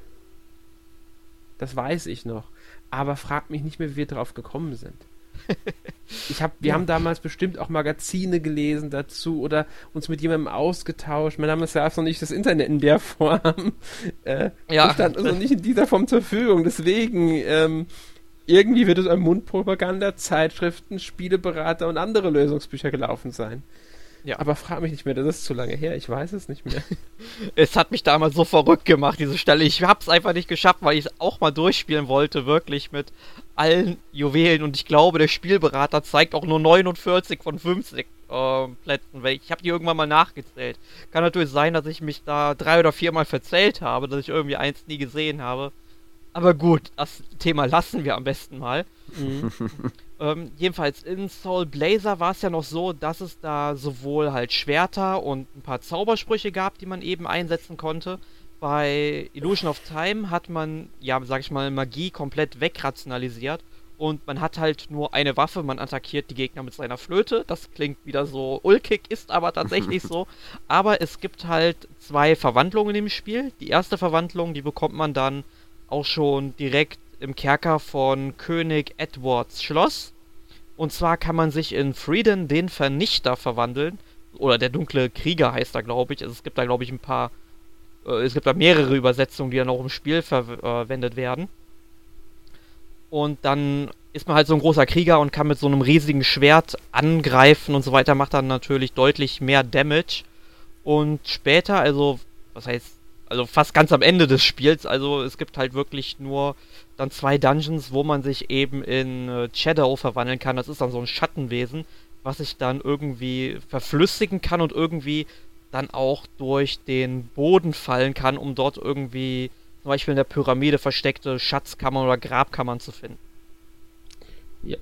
Das weiß ich noch. Aber fragt mich nicht mehr, wie wir drauf gekommen sind. Ich hab, wir Ja. haben damals bestimmt auch Magazine gelesen dazu oder uns mit jemandem ausgetauscht. Mein Name ist ja noch nicht das Internet in der Form. Äh, Ja. das stand also nicht in dieser Form zur Verfügung. Deswegen, ähm, irgendwie wird es an Mundpropaganda, Zeitschriften, Spieleberater und andere Lösungsbücher gelaufen sein. Ja. Aber frag mich nicht mehr, das ist zu lange her. Ich weiß es nicht mehr. Es hat mich damals so verrückt gemacht, diese Stelle. Ich hab's einfach nicht geschafft, weil ich es auch mal durchspielen wollte, wirklich mit allen Juwelen. Und ich glaube, der Spielberater zeigt auch nur neunundvierzig von fünfzig äh, Plätzen. Weil ich habe die irgendwann mal nachgezählt. Kann natürlich sein, dass ich mich da drei oder viermal verzählt habe, dass ich irgendwie eins nie gesehen habe. Aber gut, das Thema lassen wir am besten mal. Mhm. Ähm, jedenfalls in Soul Blazer war es ja noch so, dass es da sowohl halt Schwerter und ein paar Zaubersprüche gab, die man eben einsetzen konnte. Bei Illusion of Time hat man, ja, sag ich mal, Magie komplett wegrationalisiert und man hat halt nur eine Waffe, man attackiert die Gegner mit seiner Flöte. Das klingt wieder so ulkig, ist aber tatsächlich so. Aber es gibt halt zwei Verwandlungen im Spiel. Die erste Verwandlung, die bekommt man dann auch schon direkt im Kerker von König Edwards Schloss. Und zwar kann man sich in Freedom den Vernichter verwandeln. Oder der dunkle Krieger heißt er, glaube ich. Also es gibt da, glaube ich, ein paar... Äh, es gibt da mehrere Übersetzungen, die dann auch im Spiel verwendet werden. Und dann ist man halt so ein großer Krieger und kann mit so einem riesigen Schwert angreifen und so weiter. Macht dann natürlich deutlich mehr Damage. Und später, also, was heißt... Also fast ganz am Ende des Spiels, also es gibt halt wirklich nur dann zwei Dungeons, wo man sich eben in äh, Shadow verwandeln kann. Das ist dann so ein Schattenwesen, was sich dann irgendwie verflüssigen kann und irgendwie dann auch durch den Boden fallen kann, um dort irgendwie zum Beispiel in der Pyramide versteckte Schatzkammern oder Grabkammern zu finden. Ja.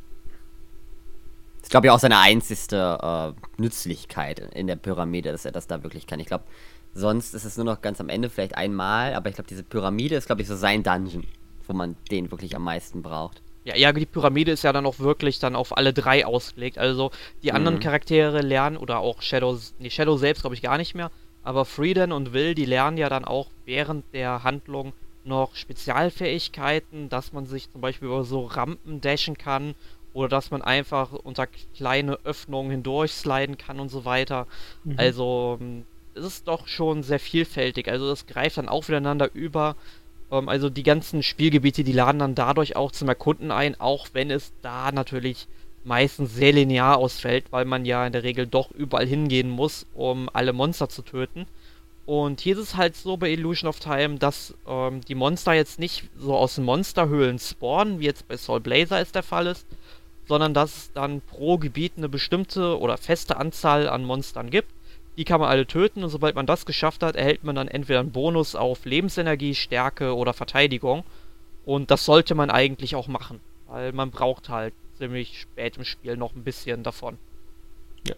Das ist, glaube ich, auch seine einzigste äh, Nützlichkeit in der Pyramide, dass er das da wirklich kann. Ich glaube, sonst ist es nur noch ganz am Ende, vielleicht einmal, aber ich glaube, diese Pyramide ist, glaube ich, so sein Dungeon, wo man den wirklich am meisten braucht. Ja, ja, die Pyramide ist ja dann auch wirklich dann auf alle drei ausgelegt. Also die anderen Mhm. Charaktere lernen, oder auch Shadow, nee, Shadow selbst glaube ich gar nicht mehr, aber Freedom und Will, die lernen ja dann auch während der Handlung noch Spezialfähigkeiten, dass man sich zum Beispiel über so Rampen dashen kann oder dass man einfach unter kleine Öffnungen hindurch sliden kann und so weiter. Mhm. Also ähm, es ist doch schon sehr vielfältig. Also das greift dann auch miteinander über. Ähm, also die ganzen Spielgebiete, die laden dann dadurch auch zum Erkunden ein, auch wenn es da natürlich meistens sehr linear ausfällt, weil man ja in der Regel doch überall hingehen muss, um alle Monster zu töten. Und hier ist es halt so bei Illusion of Time, dass ähm, die Monster jetzt nicht so aus den Monsterhöhlen spawnen, wie jetzt bei Soul Blazer es der Fall ist, sondern dass es dann pro Gebiet eine bestimmte oder feste Anzahl an Monstern gibt. Die kann man alle töten und sobald man das geschafft hat, erhält man dann entweder einen Bonus auf Lebensenergie, Stärke oder Verteidigung. Und das sollte man eigentlich auch machen, weil man braucht halt ziemlich spät im Spiel noch ein bisschen davon. Ja.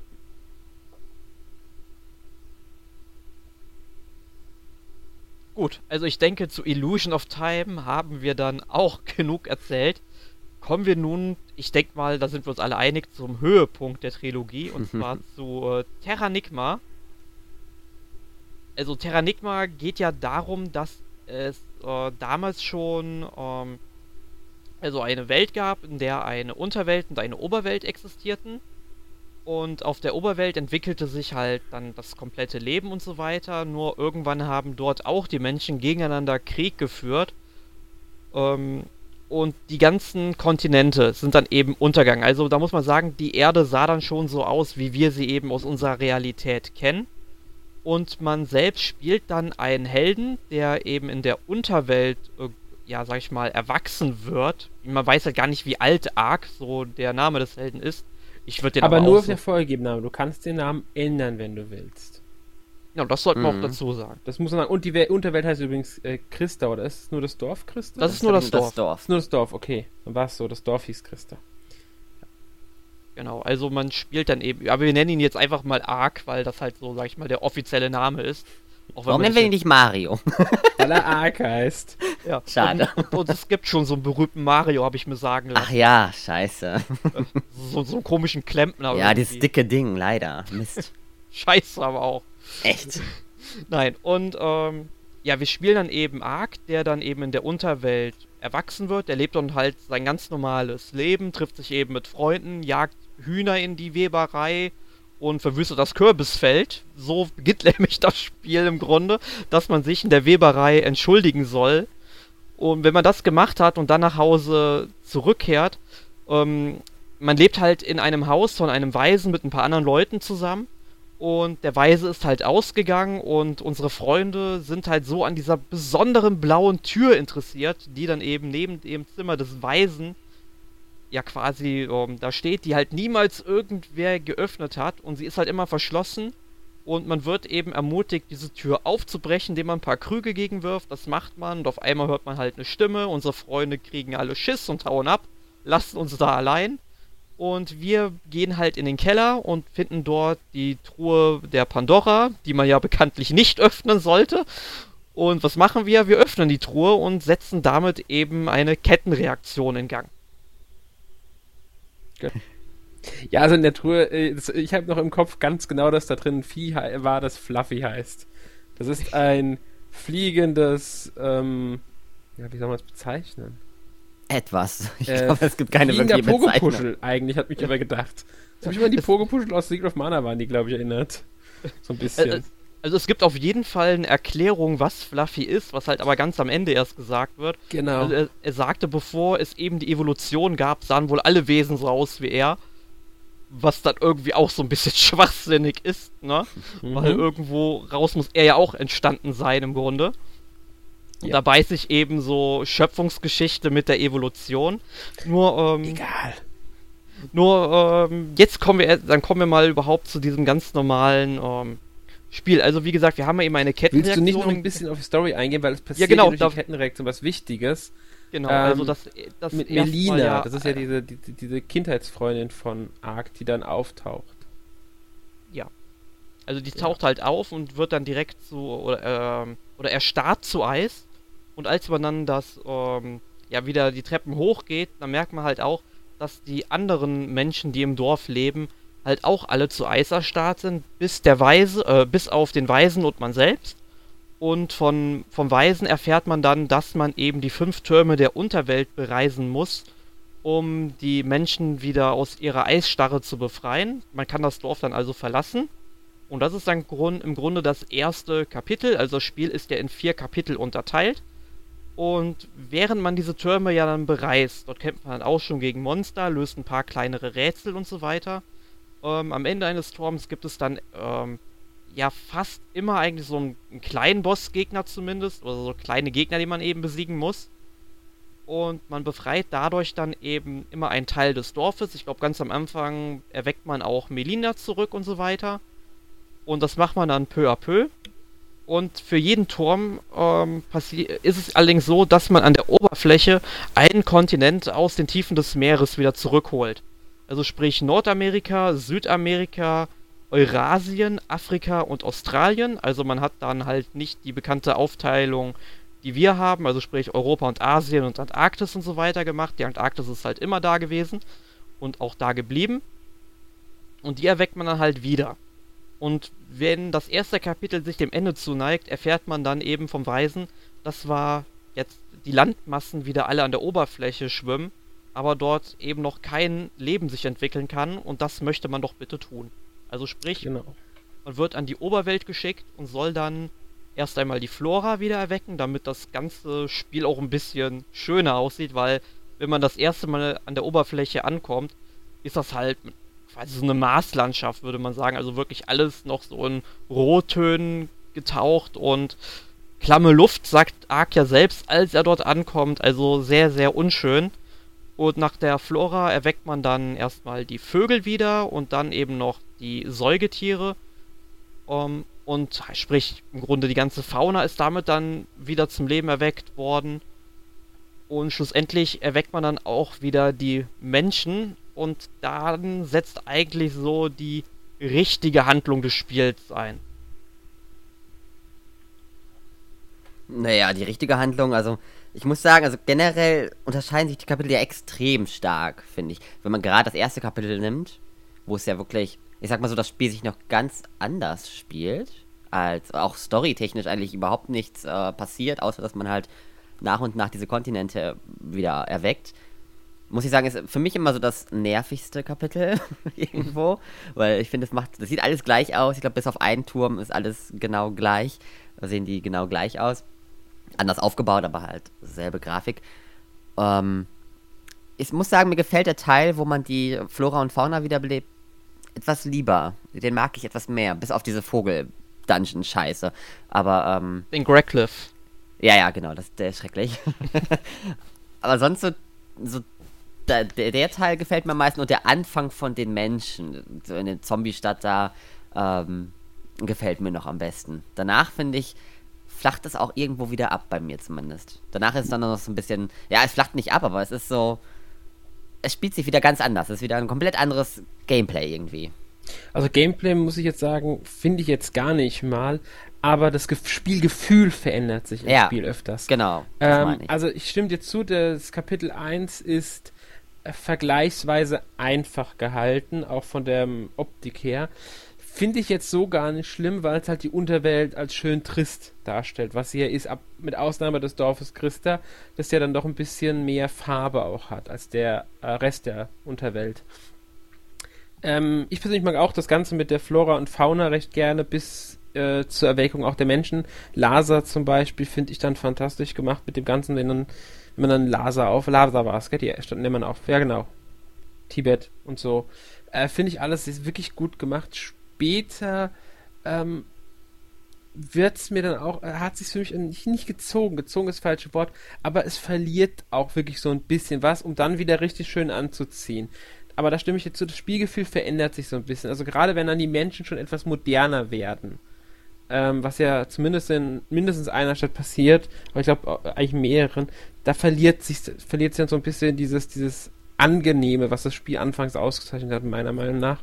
Gut, also ich denke, zu Illusion of Time haben wir dann auch genug erzählt. Kommen wir nun, ich denke mal, da sind wir uns alle einig, zum Höhepunkt der Trilogie, und zwar zu äh, Terranigma. Also Terranigma geht ja darum, dass es äh, damals schon ähm, also eine Welt gab, in der eine Unterwelt und eine Oberwelt existierten. Und auf der Oberwelt entwickelte sich halt dann das komplette Leben und so weiter. Nur irgendwann haben dort auch die Menschen gegeneinander Krieg geführt. Ähm, und die ganzen Kontinente sind dann eben untergegangen. Also da muss man sagen, die Erde sah dann schon so aus, wie wir sie eben aus unserer Realität kennen. Und man selbst spielt dann einen Helden, der eben in der Unterwelt, äh, ja, sag ich mal, erwachsen wird. Man weiß halt gar nicht, wie alt Ark so der Name des Helden ist. Ich würde den aber, aber nur auch auf so der Vorgegebenen. Du kannst den Namen ändern, wenn du willst. Ja, das sollten wir Mhm. auch dazu sagen. Das muss man sagen. Und die We- Unterwelt heißt übrigens äh, Christa, oder ist es nur das Dorf Christa? Das ist nur das Dorf. Das ist nur das Dorf, okay. Dann war es so, das Dorf hieß Christa. Genau, also man spielt dann eben, aber wir nennen ihn jetzt einfach mal Ark, weil das halt so, sag ich mal, der offizielle Name ist. Auch wenn Warum man nennen wir sich ihn nicht Mario? Weil er Ark heißt. ja, Schade. Und, und es gibt schon so einen berühmten Mario, habe ich mir sagen Ach lassen. ja, scheiße. So, so einen komischen Klempner. Ja, irgendwie. dieses dicke Ding, leider. Mist. Scheiße aber auch. Echt. Nein, und ähm, ja, wir spielen dann eben Ark, der dann eben in der Unterwelt erwachsen wird. Der lebt dann halt sein ganz normales Leben, trifft sich eben mit Freunden, jagt Hühner in die Weberei und verwüstet das Kürbisfeld. So beginnt nämlich das Spiel im Grunde, dass man sich in der Weberei entschuldigen soll. Und wenn man das gemacht hat und dann nach Hause zurückkehrt, ähm, man lebt halt in einem Haus von einem Waisen mit ein paar anderen Leuten zusammen. Und der Weise ist halt ausgegangen und unsere Freunde sind halt so an dieser besonderen blauen Tür interessiert, die dann eben neben dem Zimmer des Weisen ja quasi ähm, da steht, die halt niemals irgendwer geöffnet hat und sie ist halt immer verschlossen und man wird eben ermutigt, diese Tür aufzubrechen, indem man ein paar Krüge gegenwirft. Das macht man und auf einmal hört man halt eine Stimme, unsere Freunde kriegen alle Schiss und hauen ab, lassen uns da allein. Und wir gehen halt in den Keller und finden dort die Truhe der Pandora, die man ja bekanntlich nicht öffnen sollte. Und was machen wir? Wir öffnen die Truhe und setzen damit eben eine Kettenreaktion in Gang. Ja, also in der Truhe, äh, das- ich habe noch im Kopf ganz genau, dass da drin ein Vieh hei- war, das Fluffy heißt. Das ist ein fliegendes, ähm, ja, wie soll man es bezeichnen? Etwas. Ich Äh, glaube, es gibt keine Fliegender wirkliche Bezeichnung. Pogopuschel, eigentlich, hat mich immer gedacht. Das habe ich immer an die Pogopuschel aus Secret of Mana waren, die, glaube ich, erinnert. So ein bisschen. Äh, Also es gibt auf jeden Fall eine Erklärung, was Fluffy ist, was halt aber ganz am Ende erst gesagt wird. Genau. Also er, er sagte, bevor es eben die Evolution gab, sahen wohl alle Wesen so aus wie er. Was dann irgendwie auch so ein bisschen schwachsinnig ist, ne? Mhm. Weil irgendwo raus muss er ja auch entstanden sein im Grunde. Und Ja. da beißt sich eben so Schöpfungsgeschichte mit der Evolution. Nur, ähm, Egal. nur, ähm, jetzt kommen wir, dann kommen wir mal überhaupt zu diesem ganz normalen, ähm, Spiel. Also wie gesagt, wir haben ja eben eine Kettenreaktion. Willst du nicht noch in- ein bisschen auf die Story eingehen, weil es passiert genau, ja durch da- die Kettenreaktion was Wichtiges. Genau, Ähm, also das, das Mit erstmal Melina, ja, das ist ja diese, die, die- diese Kindheitsfreundin von Ark, die dann auftaucht. Also die taucht halt auf und wird dann direkt zu, oder, ähm, oder erstarrt zu Eis. Und als man dann das, ähm, ja, wieder die Treppen hochgeht, dann merkt man halt auch, dass die anderen Menschen, die im Dorf leben, halt auch alle zu Eis erstarrt sind, bis der Weise, äh, bis auf den Weisen und man selbst. Und von, vom Weisen erfährt man dann, dass man eben die fünf Türme der Unterwelt bereisen muss, um die Menschen wieder aus ihrer Eisstarre zu befreien. Man kann das Dorf dann also verlassen. Und das ist dann Grund, im Grunde das erste Kapitel. Also das Spiel ist ja in vier Kapitel unterteilt. Und während man diese Türme ja dann bereist, dort kämpft man dann auch schon gegen Monster, löst ein paar kleinere Rätsel und so weiter. Ähm, am Ende eines Turms gibt es dann ähm, ja fast immer eigentlich so einen, einen kleinen Bossgegner zumindest, oder so kleine Gegner, die man eben besiegen muss. Und man befreit dadurch dann eben immer einen Teil des Dorfes. Ich glaube, ganz am Anfang erweckt man auch Melina zurück und so weiter. Und das macht man dann peu à peu. Und für jeden Turm ähm, passi- ist es allerdings so, dass man an der Oberfläche einen Kontinent aus den Tiefen des Meeres wieder zurückholt. Also sprich Nordamerika, Südamerika, Eurasien, Afrika und Australien. Also man hat dann halt nicht die bekannte Aufteilung, die wir haben, also sprich Europa und Asien und Antarktis und so weiter gemacht. Die Antarktis ist halt immer da gewesen und auch da geblieben. Und die erweckt man dann halt wieder. Und wenn das erste Kapitel sich dem Ende zuneigt, erfährt man dann eben vom Weisen, dass war jetzt die Landmassen wieder alle an der Oberfläche schwimmen, aber dort eben noch kein Leben sich entwickeln kann und das möchte man doch bitte tun. Also sprich, Genau. man wird an die Oberwelt geschickt und soll dann erst einmal die Flora wieder erwecken, damit das ganze Spiel auch ein bisschen schöner aussieht, weil wenn man das erste Mal an der Oberfläche ankommt, ist das halt quasi so eine Marslandschaft, würde man sagen. Also wirklich alles noch so in Rottönen getaucht und klamme Luft, sagt Ark ja selbst, als er dort ankommt. Also sehr, sehr unschön. Und nach der Flora erweckt man dann erstmal die Vögel wieder und dann eben noch die Säugetiere. Um, und sprich, im Grunde die ganze Fauna ist damit dann wieder zum Leben erweckt worden. Und schlussendlich erweckt man dann auch wieder die Menschen. Und dann setzt eigentlich so die richtige Handlung des Spiels ein. Naja, die richtige Handlung, also ich muss sagen, also generell unterscheiden sich die Kapitel ja extrem stark, finde ich. Wenn man gerade das erste Kapitel nimmt, wo es ja wirklich, ich sag mal so, das Spiel sich noch ganz anders spielt, als auch storytechnisch eigentlich überhaupt nichts äh, passiert, außer dass man halt nach und nach diese Kontinente wieder erweckt. Muss ich sagen, ist für mich immer so das nervigste Kapitel irgendwo, weil ich finde, es macht, das sieht alles gleich aus. Ich glaube, bis auf einen Turm ist alles genau gleich. Da sehen die genau gleich aus. Anders aufgebaut, aber halt selbe Grafik. Ähm, ich muss sagen, mir gefällt der Teil, wo man die Flora und Fauna wiederbelebt, etwas lieber. Den mag ich etwas mehr, bis auf diese Vogel-Dungeon-Scheiße. Aber, ähm... Den Greycliff. Ja, ja, genau, das, der ist schrecklich. Aber sonst so, so da, der, der Teil gefällt mir am meisten und der Anfang von den Menschen, so in der Zombie-Stadt da, ähm, gefällt mir noch am besten. Danach, finde ich, flacht es auch irgendwo wieder ab, bei mir zumindest. Danach ist es dann noch so ein bisschen, ja, es flacht nicht ab, aber es ist so, es spielt sich wieder ganz anders. Es ist wieder ein komplett anderes Gameplay irgendwie. Also Gameplay, muss ich jetzt sagen, finde ich jetzt gar nicht mal, aber das Ge- Spielgefühl verändert sich im Ja, Spiel öfters. Genau, das Ähm, meine ich. also ich stimme dir zu, das Kapitel eins ist äh, vergleichsweise einfach gehalten, auch von der ähm, Optik her. Finde ich jetzt so gar nicht schlimm, weil es halt die Unterwelt als schön trist darstellt, was sie ja ist, ab, mit Ausnahme des Dorfes Christa, das ja dann doch ein bisschen mehr Farbe auch hat als der äh, Rest der Unterwelt. Ähm, ich persönlich mag auch das Ganze mit der Flora und Fauna recht gerne bis äh, zur Erweckung auch der Menschen. Laser zum Beispiel finde ich dann fantastisch gemacht mit dem Ganzen, wenn, dann, wenn man dann Laser auf, Laser war es, gell? Die stand nimmt man auf, ja genau, Tibet und so. Äh, finde ich alles ist wirklich gut gemacht. Später ähm, wird es mir dann auch, äh, hat sich für mich nicht, nicht gezogen, gezogen ist das falsche Wort, aber es verliert auch wirklich so ein bisschen was, um dann wieder richtig schön anzuziehen. Aber da stimme ich jetzt zu, das Spielgefühl verändert sich so ein bisschen. Also gerade wenn dann die Menschen schon etwas moderner werden, ähm, was ja zumindest in mindestens einer Stadt passiert, aber ich glaube eigentlich mehreren, da verliert sich verliert sich dann so ein bisschen dieses, dieses Angenehme, was das Spiel anfangs ausgezeichnet hat, meiner Meinung nach.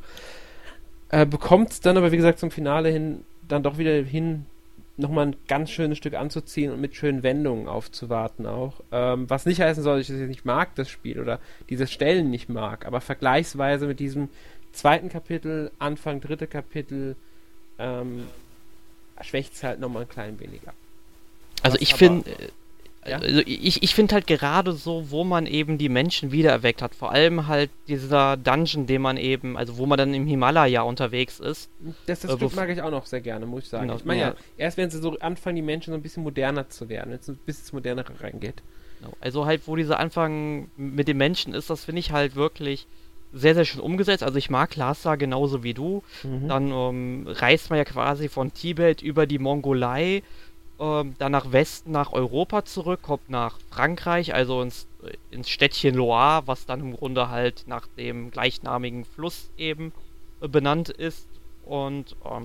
Äh, bekommt es dann aber, wie gesagt, zum Finale hin dann doch wieder hin, nochmal ein ganz schönes Stück anzuziehen und mit schönen Wendungen aufzuwarten auch. Ähm, was nicht heißen soll, dass ich das nicht mag, das Spiel, oder diese Stellen nicht mag, aber vergleichsweise mit diesem zweiten Kapitel, Anfang dritte Kapitel, ähm, schwächt es halt nochmal ein klein wenig ab. Also Was ich aber- finde, Ja? also ich, ich finde halt gerade so, wo man eben die Menschen wiedererweckt hat, vor allem halt dieser Dungeon, den man eben, also wo man dann im Himalaya unterwegs ist. Das, das Äh, Stück bef- mag ich auch noch sehr gerne, muss ich sagen. Genau, Ich meine ja, ja. erst wenn sie so anfangen, die Menschen so ein bisschen moderner zu werden, wenn es ein bisschen ins Modernere reingeht. Genau. Also halt, wo dieser Anfang mit den Menschen ist, das finde ich halt wirklich sehr, sehr schön umgesetzt. Also ich mag Lhasa genauso wie du. Mhm. Dann ähm, reist man ja quasi von Tibet über die Mongolei, ähm, dann nach Westen, nach Europa zurück, kommt nach Frankreich, also ins, ins Städtchen Loire, was dann im Grunde halt nach dem gleichnamigen Fluss eben äh, benannt ist. Und ähm,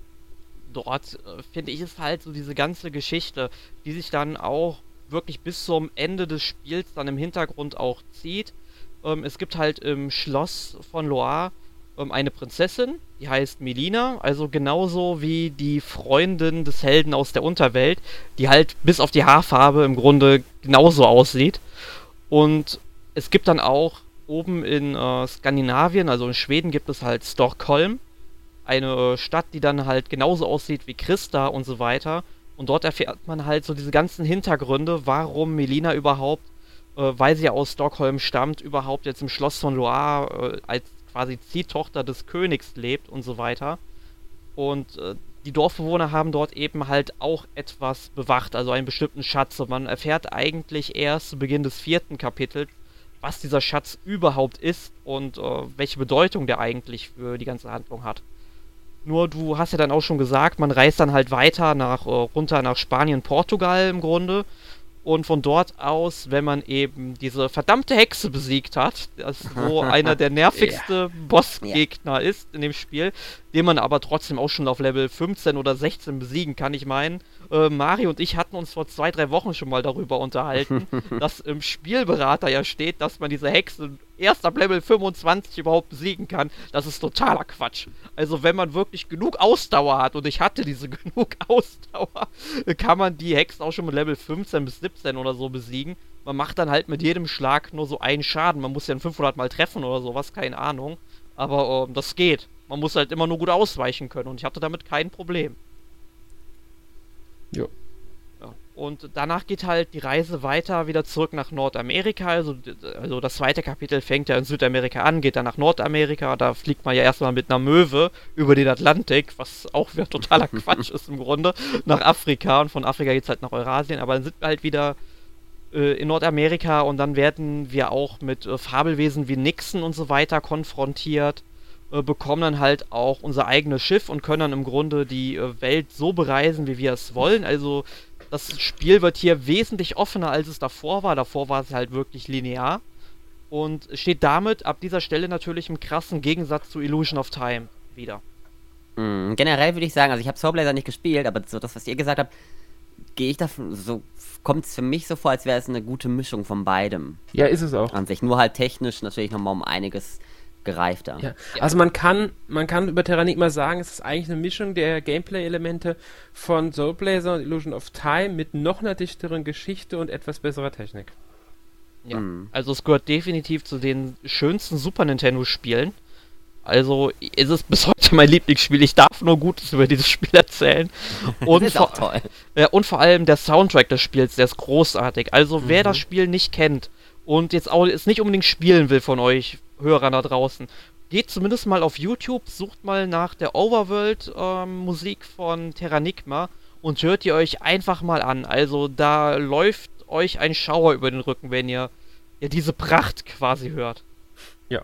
dort äh, finde ich es halt so diese ganze Geschichte, die sich dann auch wirklich bis zum Ende des Spiels dann im Hintergrund auch zieht. Ähm, es gibt halt im Schloss von Loire ähm, eine Prinzessin, die heißt Melina, also genauso wie die Freundin des Helden aus der Unterwelt, die halt bis auf die Haarfarbe im Grunde genauso aussieht. Und es gibt dann auch oben in äh, Skandinavien, also in Schweden, gibt es halt Stockholm, eine äh, Stadt, die dann halt genauso aussieht wie Christa und so weiter. Und dort erfährt man halt so diese ganzen Hintergründe, warum Melina überhaupt, äh, weil sie ja aus Stockholm stammt, überhaupt jetzt im Schloss von Loire äh, als quasi Ziehtochter des Königs lebt und so weiter. Und äh, die Dorfbewohner haben dort eben halt auch etwas bewacht, also einen bestimmten Schatz. Und man erfährt eigentlich erst zu Beginn des vierten Kapitels, was dieser Schatz überhaupt ist und äh, welche Bedeutung der eigentlich für die ganze Handlung hat. Nur du hast ja dann auch schon gesagt, man reist dann halt weiter nach äh, runter nach Spanien, Portugal im Grunde. Und von dort aus, wenn man eben diese verdammte Hexe besiegt hat, das wo einer der nervigste Bossgegner ist in dem Spiel, den man aber trotzdem auch schon auf Level fünfzehn oder sechzehn besiegen kann. Ich meine, äh, Mario und ich hatten uns vor zwei, drei Wochen schon mal darüber unterhalten, dass im Spielberater ja steht, dass man diese Hexe erst ab Level fünfundzwanzig überhaupt besiegen kann. Das ist totaler Quatsch. Also wenn man wirklich genug Ausdauer hat, und ich hatte diese genug Ausdauer, kann man die Hexen auch schon mit Level fünfzehn bis siebzehn oder so besiegen. Man macht dann halt mit jedem Schlag nur so einen Schaden. Man muss ja fünfhundert Mal treffen oder sowas, keine Ahnung. Aber ähm, das geht. Man muss halt immer nur gut ausweichen können und ich hatte damit kein Problem. Jo. Ja. Und danach geht halt die Reise weiter wieder zurück nach Nordamerika. Also, also das zweite Kapitel fängt ja in Südamerika an, geht dann nach Nordamerika. Da fliegt man ja erstmal mit einer Möwe über den Atlantik, was auch wieder totaler Quatsch ist im Grunde, nach Afrika. Und von Afrika geht es halt nach Eurasien. Aber dann sind wir halt wieder äh, in Nordamerika und dann werden wir auch mit äh, Fabelwesen wie Nixon und so weiter konfrontiert. Bekommen dann halt auch unser eigenes Schiff und können dann im Grunde die äh, Welt so bereisen, wie wir es wollen. Also das Spiel wird hier wesentlich offener, als es davor war. Davor war es halt wirklich linear und steht damit ab dieser Stelle natürlich im krassen Gegensatz zu Illusion of Time wieder. Mm, generell würde ich sagen, also ich habe Soul Blazer nicht gespielt, aber so das, was ihr gesagt habt, gehe ich davon, so kommt es für mich so vor, als wäre es eine gute Mischung von beidem. Ja, ist es auch. An sich, nur halt technisch natürlich nochmal um einiges gereifter. Ja. Also man kann, man kann über Terranigma sagen, es ist eigentlich eine Mischung der Gameplay-Elemente von Soul Blazer und Illusion of Time mit noch einer dichteren Geschichte und etwas besserer Technik. Ja, Mhm. also es gehört definitiv zu den schönsten Super Nintendo-Spielen. Also ist es bis heute mein Lieblingsspiel. Ich darf nur Gutes über dieses Spiel erzählen. Und Das ist vor, auch toll. Ja, und vor allem der Soundtrack des Spiels, der ist großartig. Also wer Mhm. das Spiel nicht kennt und jetzt auch es nicht unbedingt spielen will von euch Hörern da draußen, geht zumindest mal auf YouTube, sucht mal nach der Overworld-Musik ähm, von Terranigma und hört ihr euch einfach mal an. Also da läuft euch ein Schauer über den Rücken, wenn ihr ja diese Pracht quasi hört. Ja.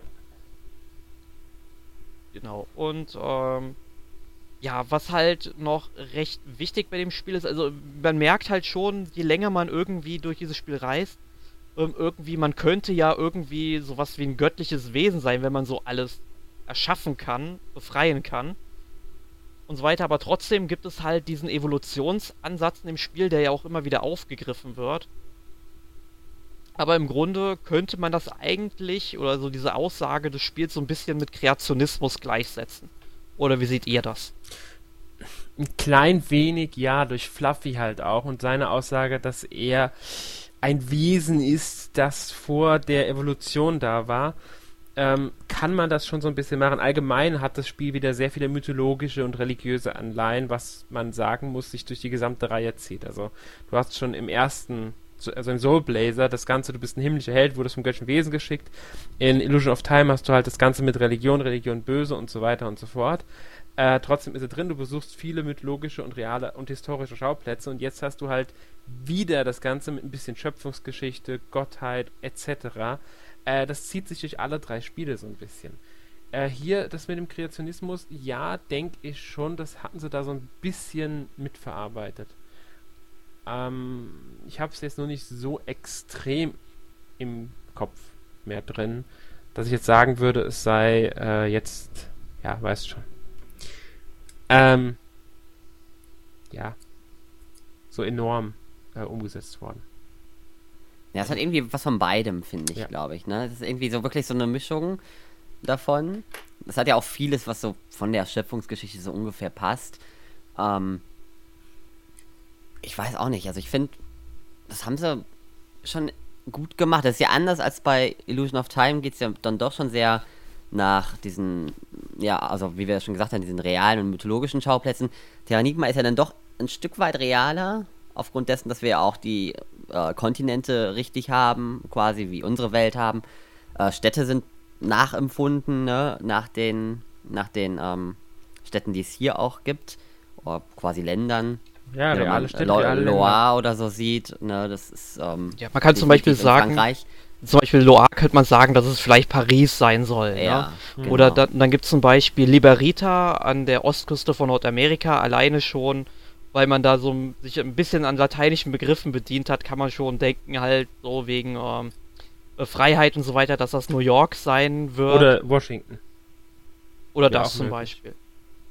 Genau. Und ähm, ja, was halt noch recht wichtig bei dem Spiel ist, also man merkt halt schon, je länger man irgendwie durch dieses Spiel reist, ähm, irgendwie, man könnte ja irgendwie sowas wie ein göttliches Wesen sein, wenn man so alles erschaffen kann, befreien kann und so weiter, aber trotzdem gibt es halt diesen Evolutionsansatz in dem Spiel, der ja auch immer wieder aufgegriffen wird. Aber im Grunde könnte man das eigentlich, oder so diese Aussage des Spiels so ein bisschen mit Kreationismus gleichsetzen. Oder wie seht ihr das? Ein klein wenig, ja, durch Fluffy halt auch und seine Aussage, dass er ein Wesen ist, das vor der Evolution da war, ähm, kann man das schon so ein bisschen machen. Allgemein hat das Spiel wieder sehr viele mythologische und religiöse Anleihen, was man sagen muss, sich durch die gesamte Reihe zieht. Also du hast schon im ersten, also im Soul Blazer, das Ganze, du bist ein himmlischer Held, wurdest vom göttlichen Wesen geschickt. In Illusion of Time hast du halt das Ganze mit Religion, Religion böse und so weiter und so fort. Äh, trotzdem ist er drin, du besuchst viele mythologische und reale und historische Schauplätze und jetzt hast du halt wieder das Ganze mit ein bisschen Schöpfungsgeschichte, Gottheit et cetera. Äh, das zieht sich durch alle drei Spiele so ein bisschen. Äh, hier, das mit dem Kreationismus, ja, denke ich schon, das hatten sie da so ein bisschen mitverarbeitet. Ähm, ich habe es jetzt nur nicht so extrem im Kopf mehr drin, dass ich jetzt sagen würde, es sei äh, jetzt, ja, weißt schon. Ähm, ja, so enorm äh, umgesetzt worden. Ja, es hat irgendwie was von beidem, finde ich, Ja. glaube ich. Ne? Es ist irgendwie so wirklich so eine Mischung davon. Es hat ja auch vieles, was so von der Schöpfungsgeschichte so ungefähr passt. Ähm, ich weiß auch nicht. Also ich finde, das haben sie schon gut gemacht. Das ist ja anders als bei Illusion of Time, geht es ja dann doch schon sehr nach diesen, ja, also wie wir ja schon gesagt haben, diesen realen und mythologischen Schauplätzen. Terranigma ist ja dann doch ein Stück weit realer, aufgrund dessen, dass wir ja auch die äh, Kontinente richtig haben, quasi wie unsere Welt haben. Äh, Städte sind nachempfunden, ne, nach den, nach den ähm, Städten, die es hier auch gibt, oder quasi Ländern. Ja, Wenn man reale Städte, Lo- reale Länder. Loire oder so sieht, ne, das ist ähm, Ja, man kann zum Beispiel definitiv in sagen, Frankreich. zum Beispiel Loire könnte man sagen, dass es vielleicht Paris sein soll. Ja, ne? genau. Oder da, dann gibt es zum Beispiel Liberita an der Ostküste von Nordamerika, alleine schon, weil man da so ein- sich ein bisschen an lateinischen Begriffen bedient hat, kann man schon denken, halt so wegen ähm, äh, Freiheit und so weiter, dass das New York sein wird. Oder Washington. Oder ja, das auch zum möglich. Beispiel.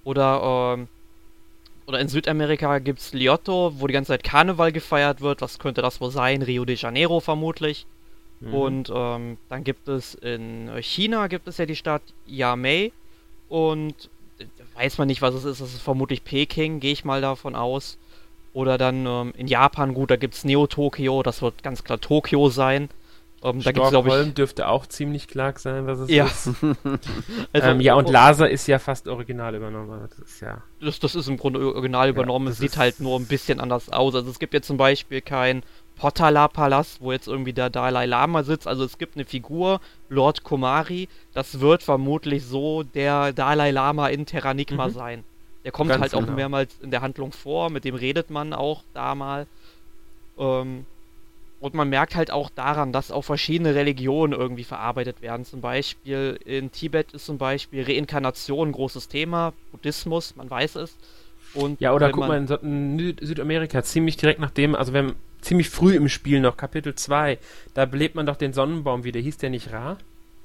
Oder, ähm, oder in Südamerika gibt's Liotto, wo die ganze Zeit Karneval gefeiert wird. Was könnte das wohl sein? Rio de Janeiro vermutlich. Mhm. Und ähm, dann gibt es in China gibt es ja die Stadt Yamei. Und äh, weiß man nicht, was es ist. Das ist vermutlich Peking, gehe ich mal davon aus. Oder dann ähm, in Japan, gut, da gibt's Neo-Tokio. Das wird ganz klar Tokio sein. Ähm, da gibt's, glaube Stockholm ich, dürfte auch ziemlich klar sein, was es Ja. ist. also, ähm, ja, und oh, Lhasa ist ja fast original übernommen. Also das ist ja. Das, das ist im Grunde original übernommen, Ja, es das sieht ist- halt nur ein bisschen anders aus. Also es gibt jetzt zum Beispiel kein Potala-Palast, wo jetzt irgendwie der Dalai Lama sitzt. Also es gibt eine Figur, Lord Kumari, das wird vermutlich so der Dalai Lama in Terranigma Mhm. sein. Der kommt Ganz halt auch genau. mehrmals in der Handlung vor, mit dem redet man auch da mal. Ähm, und man merkt halt auch daran, dass auch verschiedene Religionen irgendwie verarbeitet werden. Zum Beispiel in Tibet ist zum Beispiel Reinkarnation ein großes Thema, Buddhismus, man weiß es. Und Ja, oder wenn guck man, mal, in, Süd- in Süd- Südamerika, ziemlich direkt nachdem, also wir haben ziemlich früh im Spiel noch, Kapitel zwei, da belebt man doch den Sonnenbaum wieder. Hieß der nicht Ra?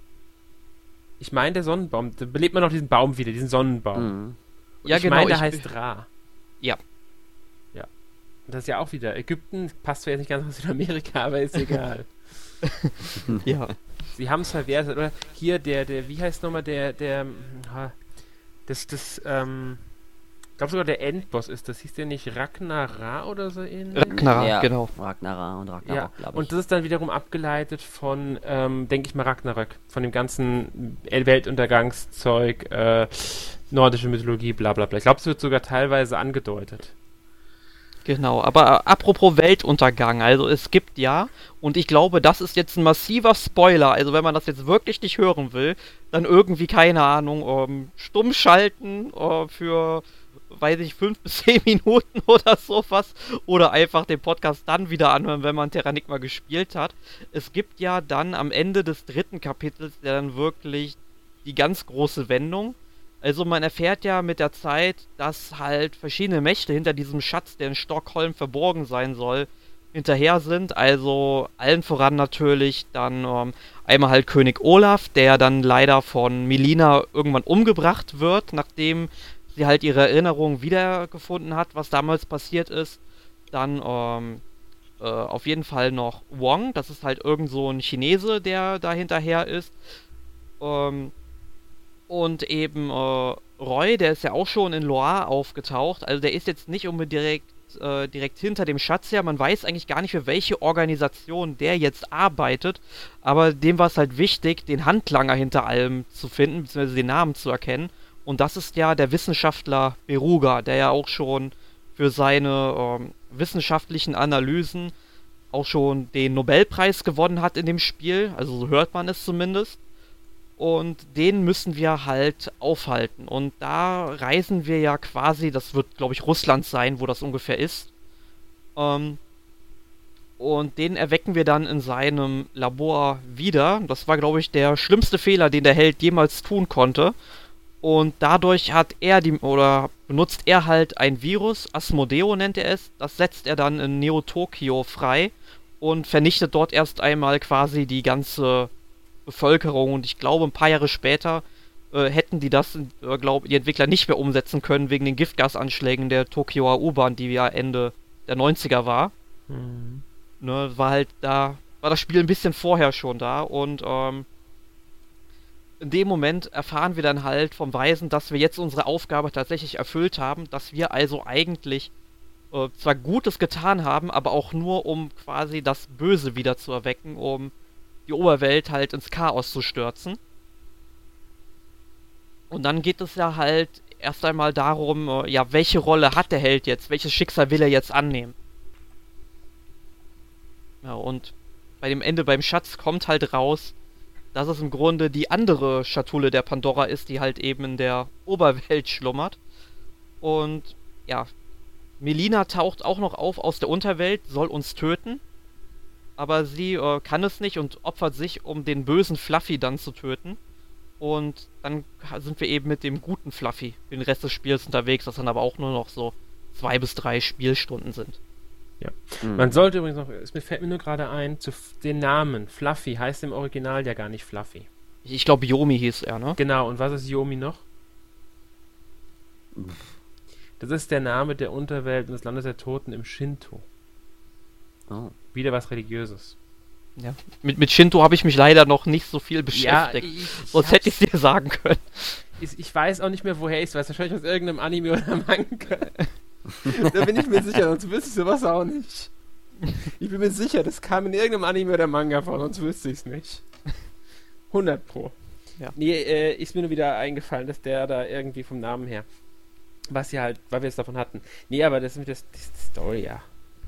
Ich meine, der Sonnenbaum, da belebt man doch diesen Baum wieder, diesen Sonnenbaum. Mhm. Und Ja, ich genau, meine, der ich- heißt Ra. Ja. Ja. Und das ist ja auch wieder, Ägypten passt zwar jetzt nicht ganz nach Südamerika, aber ist egal. ja, Sie haben es verwertet, oder? Hier, der, der, wie heißt nochmal der, der, ha, das, das, ähm, ich glaube sogar der Endboss ist das. Hieß der nicht Ragnar oder so ähnlich? Ragnarok, ja, genau. Ragnarok und Ragnarok, Ja, glaube ich. und das ist dann wiederum abgeleitet von, ähm, denke ich mal, Ragnarök. Von dem ganzen Weltuntergangszeug, äh, nordische Mythologie, bla bla bla. Ich glaube, es wird sogar teilweise angedeutet. Genau, aber äh, apropos Weltuntergang, also es gibt ja, und ich glaube, das ist jetzt ein massiver Spoiler, also wenn man das jetzt wirklich nicht hören will, dann irgendwie, keine Ahnung, ähm, stumm schalten äh, für, weiß ich, fünf bis zehn Minuten oder sowas, oder einfach den Podcast dann wieder anhören, wenn man Terranigma gespielt hat. Es gibt ja dann am Ende des dritten Kapitels ja dann wirklich die ganz große Wendung. Also man erfährt ja mit der Zeit, dass halt verschiedene Mächte hinter diesem Schatz, der in Stockholm verborgen sein soll, hinterher sind. Also allen voran natürlich dann ähm, einmal halt König Olaf, der dann leider von Melina irgendwann umgebracht wird, nachdem sie halt ihre Erinnerung wiedergefunden hat, was damals passiert ist. Dann ähm, äh, auf jeden Fall noch Wong, das ist halt irgend so ein Chinese, der da hinterher ist. Ähm, Und eben äh, Roy, der ist ja auch schon in Loire aufgetaucht. Also der ist jetzt nicht unbedingt direkt, äh, direkt hinter dem Schatz her. Man weiß eigentlich gar nicht, für welche Organisation der jetzt arbeitet. Aber dem war es halt wichtig, den Handlanger hinter allem zu finden, beziehungsweise den Namen zu erkennen. Und das ist ja der Wissenschaftler Beruga, der ja auch schon für seine ähm, wissenschaftlichen Analysen auch schon den Nobelpreis gewonnen hat in dem Spiel. Also so hört man es zumindest. Und den müssen wir halt aufhalten. Und da reisen wir ja quasi, das wird, glaube ich, Russland sein, wo das ungefähr ist. Ähm, und den erwecken wir dann in seinem Labor wieder. Das war, glaube ich, der schlimmste Fehler, den der Held jemals tun konnte. Und dadurch hat er die, oder benutzt er halt ein Virus, Asmodeo nennt er es. Das setzt er dann in Neo-Tokio frei und vernichtet dort erst einmal quasi die ganze Bevölkerung. Und ich glaube, ein paar Jahre später äh, hätten die das, äh, glaube die Entwickler nicht mehr umsetzen können wegen den Giftgasanschlägen der Tokioer U-Bahn, die ja Ende der neunziger war. Mhm. Ne, war halt da, war das Spiel ein bisschen vorher schon da und ähm, in dem Moment erfahren wir dann halt vom Weisen, dass wir jetzt unsere Aufgabe tatsächlich erfüllt haben, dass wir also eigentlich äh, zwar Gutes getan haben, aber auch nur, um quasi das Böse wieder zu erwecken, um die Oberwelt halt ins Chaos zu stürzen. Und dann geht es ja halt erst einmal darum, äh, ja, welche Rolle hat der Held jetzt? Welches Schicksal will er jetzt annehmen? Ja, und bei dem Ende beim Schatz kommt halt raus, dass es im Grunde die andere Schatulle der Pandora ist, die halt eben in der Oberwelt schlummert. Und ja, Melina taucht auch noch auf aus der Unterwelt, soll uns töten. Aber sie äh, kann es nicht und opfert sich, um den bösen Fluffy dann zu töten. Und dann sind wir eben mit dem guten Fluffy den Rest des Spiels unterwegs, das dann aber auch nur noch so zwei bis drei Spielstunden sind. Mhm. Man sollte übrigens noch, es mir fällt mir nur gerade ein, zu f- den Namen Fluffy heißt im Original ja gar nicht Fluffy. Ich, ich glaube, Yomi hieß er, ne? Genau, und was ist Yomi noch? Das ist der Name der Unterwelt und des Landes der Toten im Shinto. Oh. Wieder was Religiöses. Ja. Mit, mit Shinto habe ich mich leider noch nicht so viel beschäftigt. ich, ich Sonst hätte ich es dir sagen können. Ich, ich weiß auch nicht mehr, woher ich es weiß. Wahrscheinlich aus irgendeinem Anime oder Manga. Da bin ich mir sicher, sonst wüsste ich sowas auch nicht. Ich bin mir sicher, das kam in irgendeinem Anime oder Manga vor, sonst wüsste ich es nicht. hundert Pro. Ja. Nee, äh, ist mir nur wieder eingefallen, dass der da irgendwie vom Namen her, was ja halt, weil wir es davon hatten. Nee, aber das ist das, das Story, ja.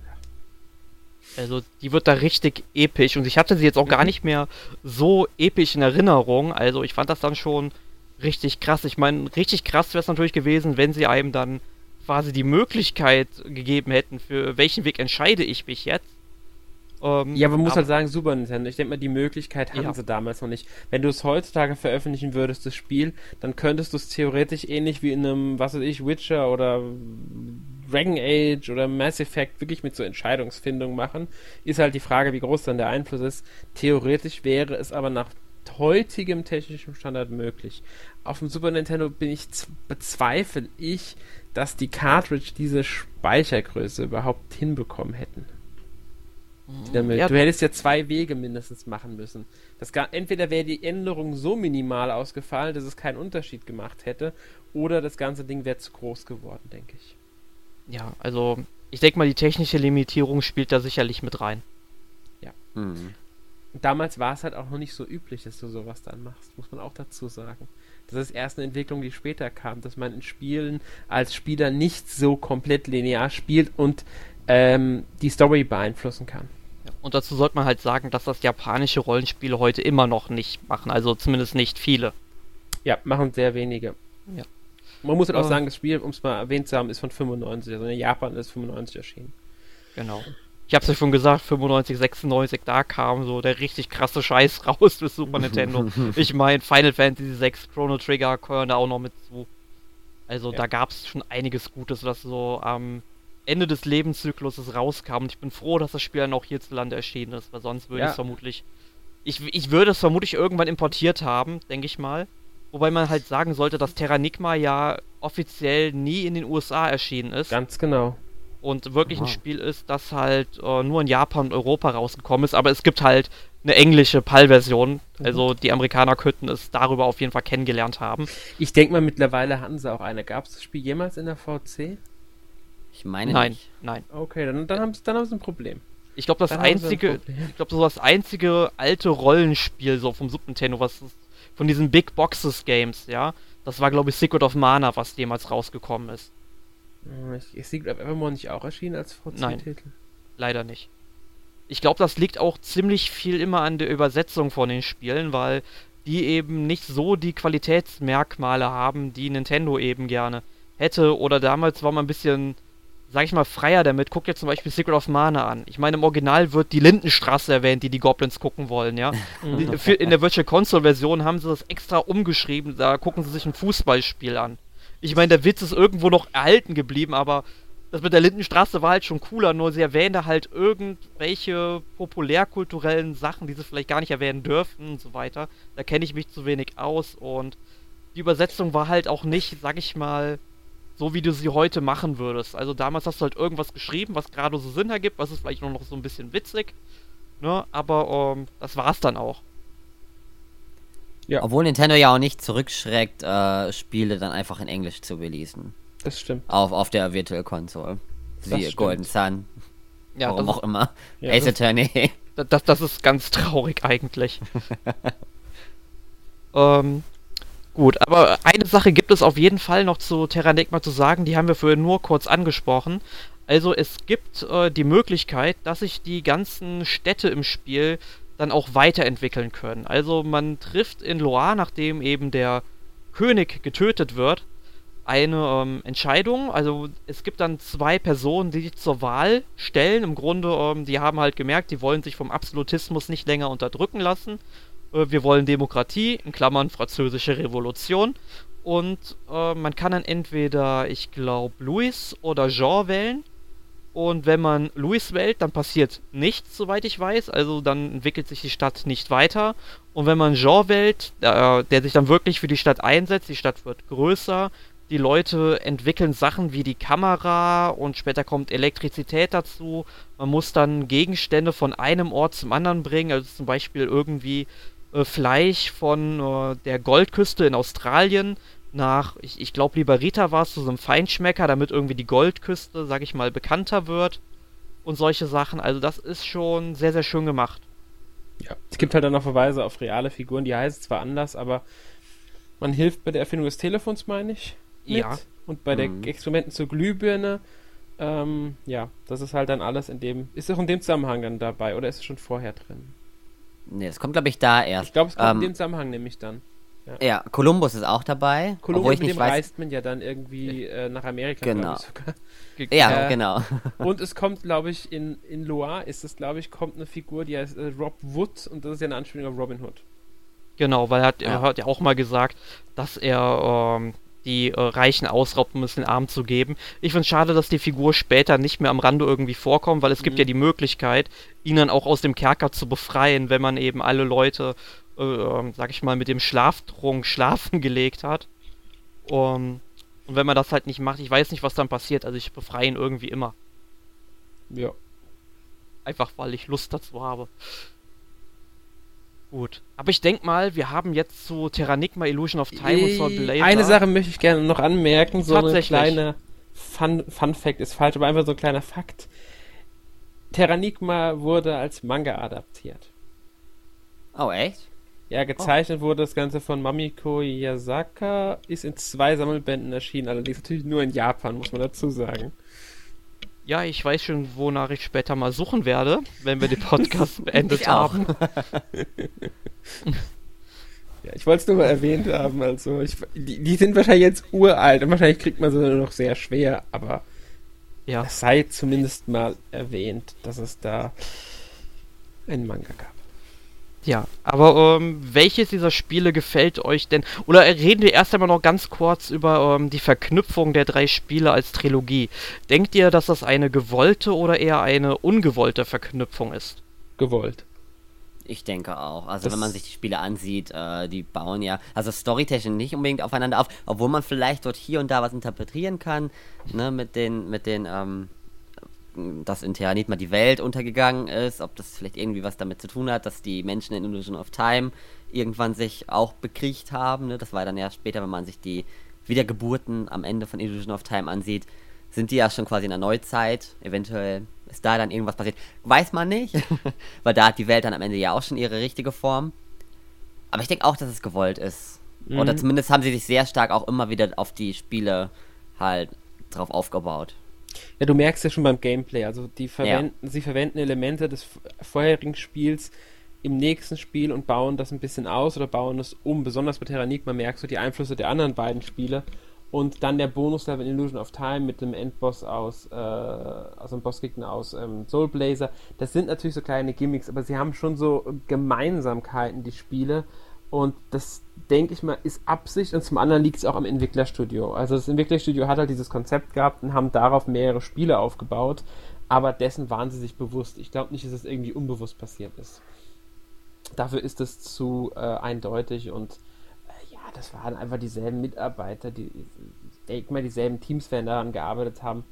Also die wird da richtig episch und ich hatte sie jetzt auch gar nicht mehr so episch in Erinnerung. Also ich fand das dann schon richtig krass. Ich meine, richtig krass wäre es natürlich gewesen, wenn sie einem dann quasi die Möglichkeit gegeben hätten, für welchen Weg entscheide ich mich jetzt. Ähm, Ja, aber man muss aber- halt sagen, Super Nintendo. Ich denke mal, die Möglichkeit hatten Ja. sie damals noch nicht. Wenn du es heutzutage veröffentlichen würdest, das Spiel, dann könntest du es theoretisch ähnlich wie in einem, was weiß ich, Witcher oder Dragon Age oder Mass Effect wirklich mit so Entscheidungsfindung machen. Ist halt die Frage, wie groß dann der Einfluss ist. Theoretisch wäre es aber nach heutigem technischem Standard möglich. Auf dem Super Nintendo bin ich z- bezweifle ich, dass die Cartridge diese Speichergröße überhaupt hinbekommen hätten. Damit. Ja. Du hättest ja zwei Wege mindestens machen müssen. Das gar, entweder wäre die Änderung so minimal ausgefallen, dass es keinen Unterschied gemacht hätte, oder das ganze Ding wäre zu groß geworden, denke ich. Ja, also ich denke mal, die technische Limitierung spielt da sicherlich mit rein. Hm. Und damals war es halt auch noch nicht so üblich, dass du sowas dann machst, muss man auch dazu sagen. Das ist erst eine Entwicklung, die später kam, dass man in Spielen als Spieler nicht so komplett linear spielt und ähm, die Story beeinflussen kann. Ja. Und dazu sollte man halt sagen, dass das japanische Rollenspiele heute immer noch nicht machen. Also zumindest nicht viele. Ja, machen sehr wenige. Ja. Man muss halt auch Oh. sagen, das Spiel, um es mal erwähnt zu haben, ist von fünfundneunzig. Also in Japan ist fünfundneunzig erschienen. Genau. Ich hab's ja schon gesagt, fünfundneunzig, sechsundneunzig, da kam so der richtig krasse Scheiß raus für Super Nintendo. Ich meine, Final Fantasy sechs, Chrono Trigger gehören da auch noch mit zu. Also Ja. da gab's schon einiges Gutes, was so am Ende des Lebenszykluses rauskam. Und ich bin froh, dass das Spiel dann auch hierzulande erschienen ist, weil sonst würde Ja. ich es vermutlich... Ich, ich würde es vermutlich irgendwann importiert haben, denke ich mal. Wobei man halt sagen sollte, dass Terranigma ja offiziell nie in den U S A erschienen ist. Ganz genau. Und wirklich ein Aha. Spiel ist, das halt äh, nur in Japan und Europa rausgekommen ist, aber es gibt halt eine englische P A L-Version, also die Amerikaner könnten es darüber auf jeden Fall kennengelernt haben. Ich denke mal, mittlerweile hatten sie auch eine. Gab es das Spiel jemals in der V C? Ich meine Nein, nicht. nein. Okay, dann, dann haben sie dann haben sie ein Problem. Ich glaube, das Dann haben sie ein einzige, Problem. ich glaube, so das einzige alte Rollenspiel so vom Super Nintendo, was es- von diesen Big Boxes Games, ja, das war, glaube ich, Secret of Mana, was jemals rausgekommen ist. Hm, Ist ist Secret of Evermore nicht auch erschienen als V C-Titel? Leider nicht. Ich glaube, das liegt auch ziemlich viel immer an der Übersetzung von den Spielen, weil die eben nicht so die Qualitätsmerkmale haben, die Nintendo eben gerne hätte. Oder damals war man ein bisschen, sag ich mal, freier damit. Guck dir zum Beispiel Secret of Mana an. Ich meine, im Original wird die Lindenstraße erwähnt, die die Goblins gucken wollen, ja. Die, für, in der Virtual Console Version haben sie das extra umgeschrieben, da gucken sie sich ein Fußballspiel an. Ich meine, der Witz ist irgendwo noch erhalten geblieben, aber das mit der Lindenstraße war halt schon cooler, nur sie erwähnen da halt irgendwelche populärkulturellen Sachen, die sie vielleicht gar nicht erwähnen dürften und so weiter. Da kenne ich mich zu wenig aus und die Übersetzung war halt auch nicht, sag ich mal, so wie du sie heute machen würdest. Also damals hast du halt irgendwas geschrieben, was gerade so Sinn ergibt, was ist vielleicht nur noch so ein bisschen witzig, ne, aber ähm, das war's dann auch. Ja. Obwohl Nintendo ja auch nicht zurückschreckt, äh, Spiele dann einfach in Englisch zu releasen. Das stimmt. Auf, auf der Virtual Console. Das Wie stimmt. Golden Sun. Ja, Warum das, auch immer. Ja, Ace das- Attorney. Das, das, das ist ganz traurig eigentlich. ähm, gut, aber eine Sache gibt es auf jeden Fall noch zu Terranigma zu sagen, die haben wir vorhin nur kurz angesprochen. Also es gibt äh, die Möglichkeit, dass sich die ganzen Städte im Spiel dann auch weiterentwickeln können. Also man trifft in Loire, nachdem eben der König getötet wird, eine ähm, Entscheidung. Also es gibt dann zwei Personen, die sich zur Wahl stellen. Im Grunde, ähm, die haben halt gemerkt, die wollen sich vom Absolutismus nicht länger unterdrücken lassen. Äh, wir wollen Demokratie, in Klammern französische Revolution. Und äh, man kann dann entweder, ich glaube, Louis oder Jean wählen. Und wenn man Louis wählt, dann passiert nichts, soweit ich weiß. Also dann entwickelt sich die Stadt nicht weiter. Und wenn man Jean wählt, äh, der sich dann wirklich für die Stadt einsetzt, die Stadt wird größer, die Leute entwickeln Sachen wie die Kamera und später kommt Elektrizität dazu. Man muss dann Gegenstände von einem Ort zum anderen bringen, also zum Beispiel irgendwie äh, Fleisch von äh, der Goldküste in Australien nach, ich, ich glaube Liberita war es, zu so einem Feinschmecker, damit irgendwie die Goldküste, sag ich mal, bekannter wird und solche Sachen. Also das ist schon sehr, sehr schön gemacht. Ja. Es gibt halt dann noch Verweise auf reale Figuren, die heißen zwar anders, aber man hilft bei der Erfindung des Telefons, meine ich, mit. Ja. Und bei Mhm. den Experimenten zur Glühbirne. Ähm, ja, das ist halt dann alles in dem. Ist auch in dem Zusammenhang dann dabei oder ist es schon vorher drin? Nee, das kommt, glaube ich, da erst. Ich glaube, es kommt ähm, in dem Zusammenhang nämlich dann. Ja, Kolumbus ist auch dabei. Kolumbus, obwohl ich mit nicht dem weiß. reist man ja dann irgendwie äh, nach Amerika, Genau. glaube ich sogar. Ge- Ja, Äh, genau. Und es kommt, glaube ich, in, in Loire ist es, glaube ich, kommt eine Figur, die heißt äh, Rob Wood und das ist ja eine Anspielung auf Robin Hood. Genau, weil er hat, er Ja. hat ja auch mal gesagt, dass er ähm, die äh, Reichen ausraubt, um es den Armen zu geben. Ich finde es schade, dass die Figur später nicht mehr am Rande irgendwie vorkommt, weil es gibt Mhm. ja die Möglichkeit, ihn dann auch aus dem Kerker zu befreien, wenn man eben alle Leute, äh, ähm, sag ich mal, mit dem Schlaftrunk schlafen gelegt hat. Um, und wenn man das halt nicht macht, ich weiß nicht, was dann passiert, also ich befreie ihn irgendwie immer. Ja. Einfach weil ich Lust dazu habe. Gut. Aber ich denke mal, wir haben jetzt zu Terranigma, Illusion of Time und Soul Blazer. Eine Sache möchte ich gerne noch anmerken, so eine Tatsächlich. kleine Fun, Fun Fact ist falsch, aber einfach so ein kleiner Fakt. Terranigma wurde als Manga adaptiert. Oh, echt? Ja, gezeichnet wurde das Ganze von Mamiko Yasaka, ist in zwei Sammelbänden erschienen, allerdings natürlich nur in Japan, muss man dazu sagen. Ja, ich weiß schon, wonach ich später mal suchen werde, wenn wir den Podcast beendet Ich auch. haben. Ja, ich wollte es nur mal erwähnt haben, also ich, die, die sind wahrscheinlich jetzt uralt und wahrscheinlich kriegt man sie nur noch sehr schwer, aber Ja. es sei zumindest mal erwähnt, dass es da einen Manga gab. Ja, aber ähm, welches dieser Spiele gefällt euch denn? Oder reden wir erst einmal noch ganz kurz über ähm, die Verknüpfung der drei Spiele als Trilogie. Denkt ihr, dass das eine gewollte oder eher eine ungewollte Verknüpfung ist? Gewollt. Ich denke auch. Also Das- wenn man sich die Spiele ansieht, äh, die bauen ja, also storytechnisch nicht unbedingt aufeinander auf, obwohl man vielleicht dort hier und da was interpretieren kann, ne, mit den, mit den, ähm, dass in Terranigma die Welt untergegangen ist, ob das vielleicht irgendwie was damit zu tun hat, dass die Menschen in Illusion of Time irgendwann sich auch bekriegt haben, ne? Das war dann ja später, wenn man sich die Wiedergeburten am Ende von Illusion of Time ansieht, sind die ja schon quasi in der Neuzeit, eventuell ist da dann irgendwas passiert, weiß man nicht, weil da hat die Welt dann am Ende ja auch schon ihre richtige Form, aber ich denke auch, dass es gewollt ist, Mhm. oder zumindest haben sie sich sehr stark auch immer wieder auf die Spiele halt drauf aufgebaut. Ja, du merkst ja schon beim Gameplay, also die verwenden, sie verwenden Elemente des v- vorherigen Spiels im nächsten Spiel und bauen das ein bisschen aus oder bauen es um. Besonders bei Terranigma merkst du die Einflüsse der anderen beiden Spiele und dann der Bonuslevel in Illusion of Time mit dem Endboss aus, äh, also dem Bossgegner aus ähm, Soul Blazer. Das sind natürlich so kleine Gimmicks, aber sie haben schon so Gemeinsamkeiten, die Spiele. Und das, denke ich mal, ist Absicht und zum anderen liegt es auch am Entwicklerstudio. Also das Entwicklerstudio hat halt dieses Konzept gehabt und haben darauf mehrere Spiele aufgebaut, aber dessen waren sie sich bewusst. Ich glaube nicht, dass es irgendwie unbewusst passiert ist. Dafür ist es zu äh, eindeutig und äh, ja, das waren einfach dieselben Mitarbeiter, die, ich denke mal, dieselben Teams werden daran gearbeitet haben.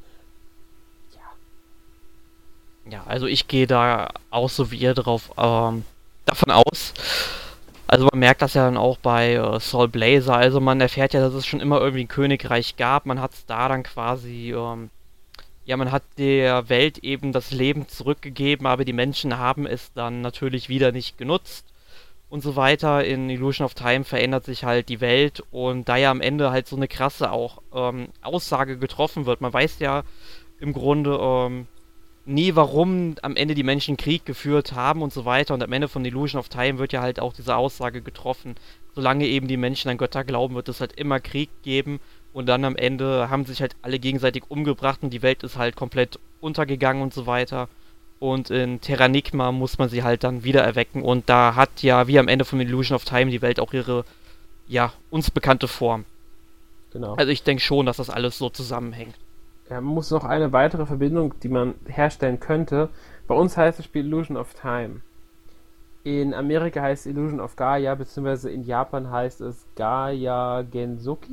Ja, Ja, also ich gehe da auch so wie ihr drauf ähm, davon aus. Also man merkt das ja dann auch bei äh, Soul Blazer. Also man erfährt ja, dass es schon immer irgendwie ein Königreich gab. Man hat es da dann quasi, ähm, ja, man hat der Welt eben das Leben zurückgegeben, aber die Menschen haben es dann natürlich wieder nicht genutzt und so weiter. In Illusion of Time verändert sich halt die Welt und da ja am Ende halt so eine krasse auch ähm, Aussage getroffen wird. Man weiß ja im Grunde ähm, nie, warum am Ende die Menschen Krieg geführt haben und so weiter. Und am Ende von Illusion of Time wird ja halt auch diese Aussage getroffen, solange eben die Menschen an Götter glauben, wird es halt immer Krieg geben. Und dann am Ende haben sich halt alle gegenseitig umgebracht und die Welt ist halt komplett untergegangen und so weiter. Und in Terranigma muss man sie halt dann wieder erwecken. Und da hat ja, wie am Ende von Illusion of Time, die Welt auch ihre, ja, uns bekannte Form. genau. Also ich denke schon, dass das alles so zusammenhängt. Ja, man muss noch eine weitere Verbindung, die man herstellen könnte. Bei uns heißt das Spiel Illusion of Time. In Amerika heißt es Illusion of Gaia, beziehungsweise in Japan heißt es Gaia Gensoki.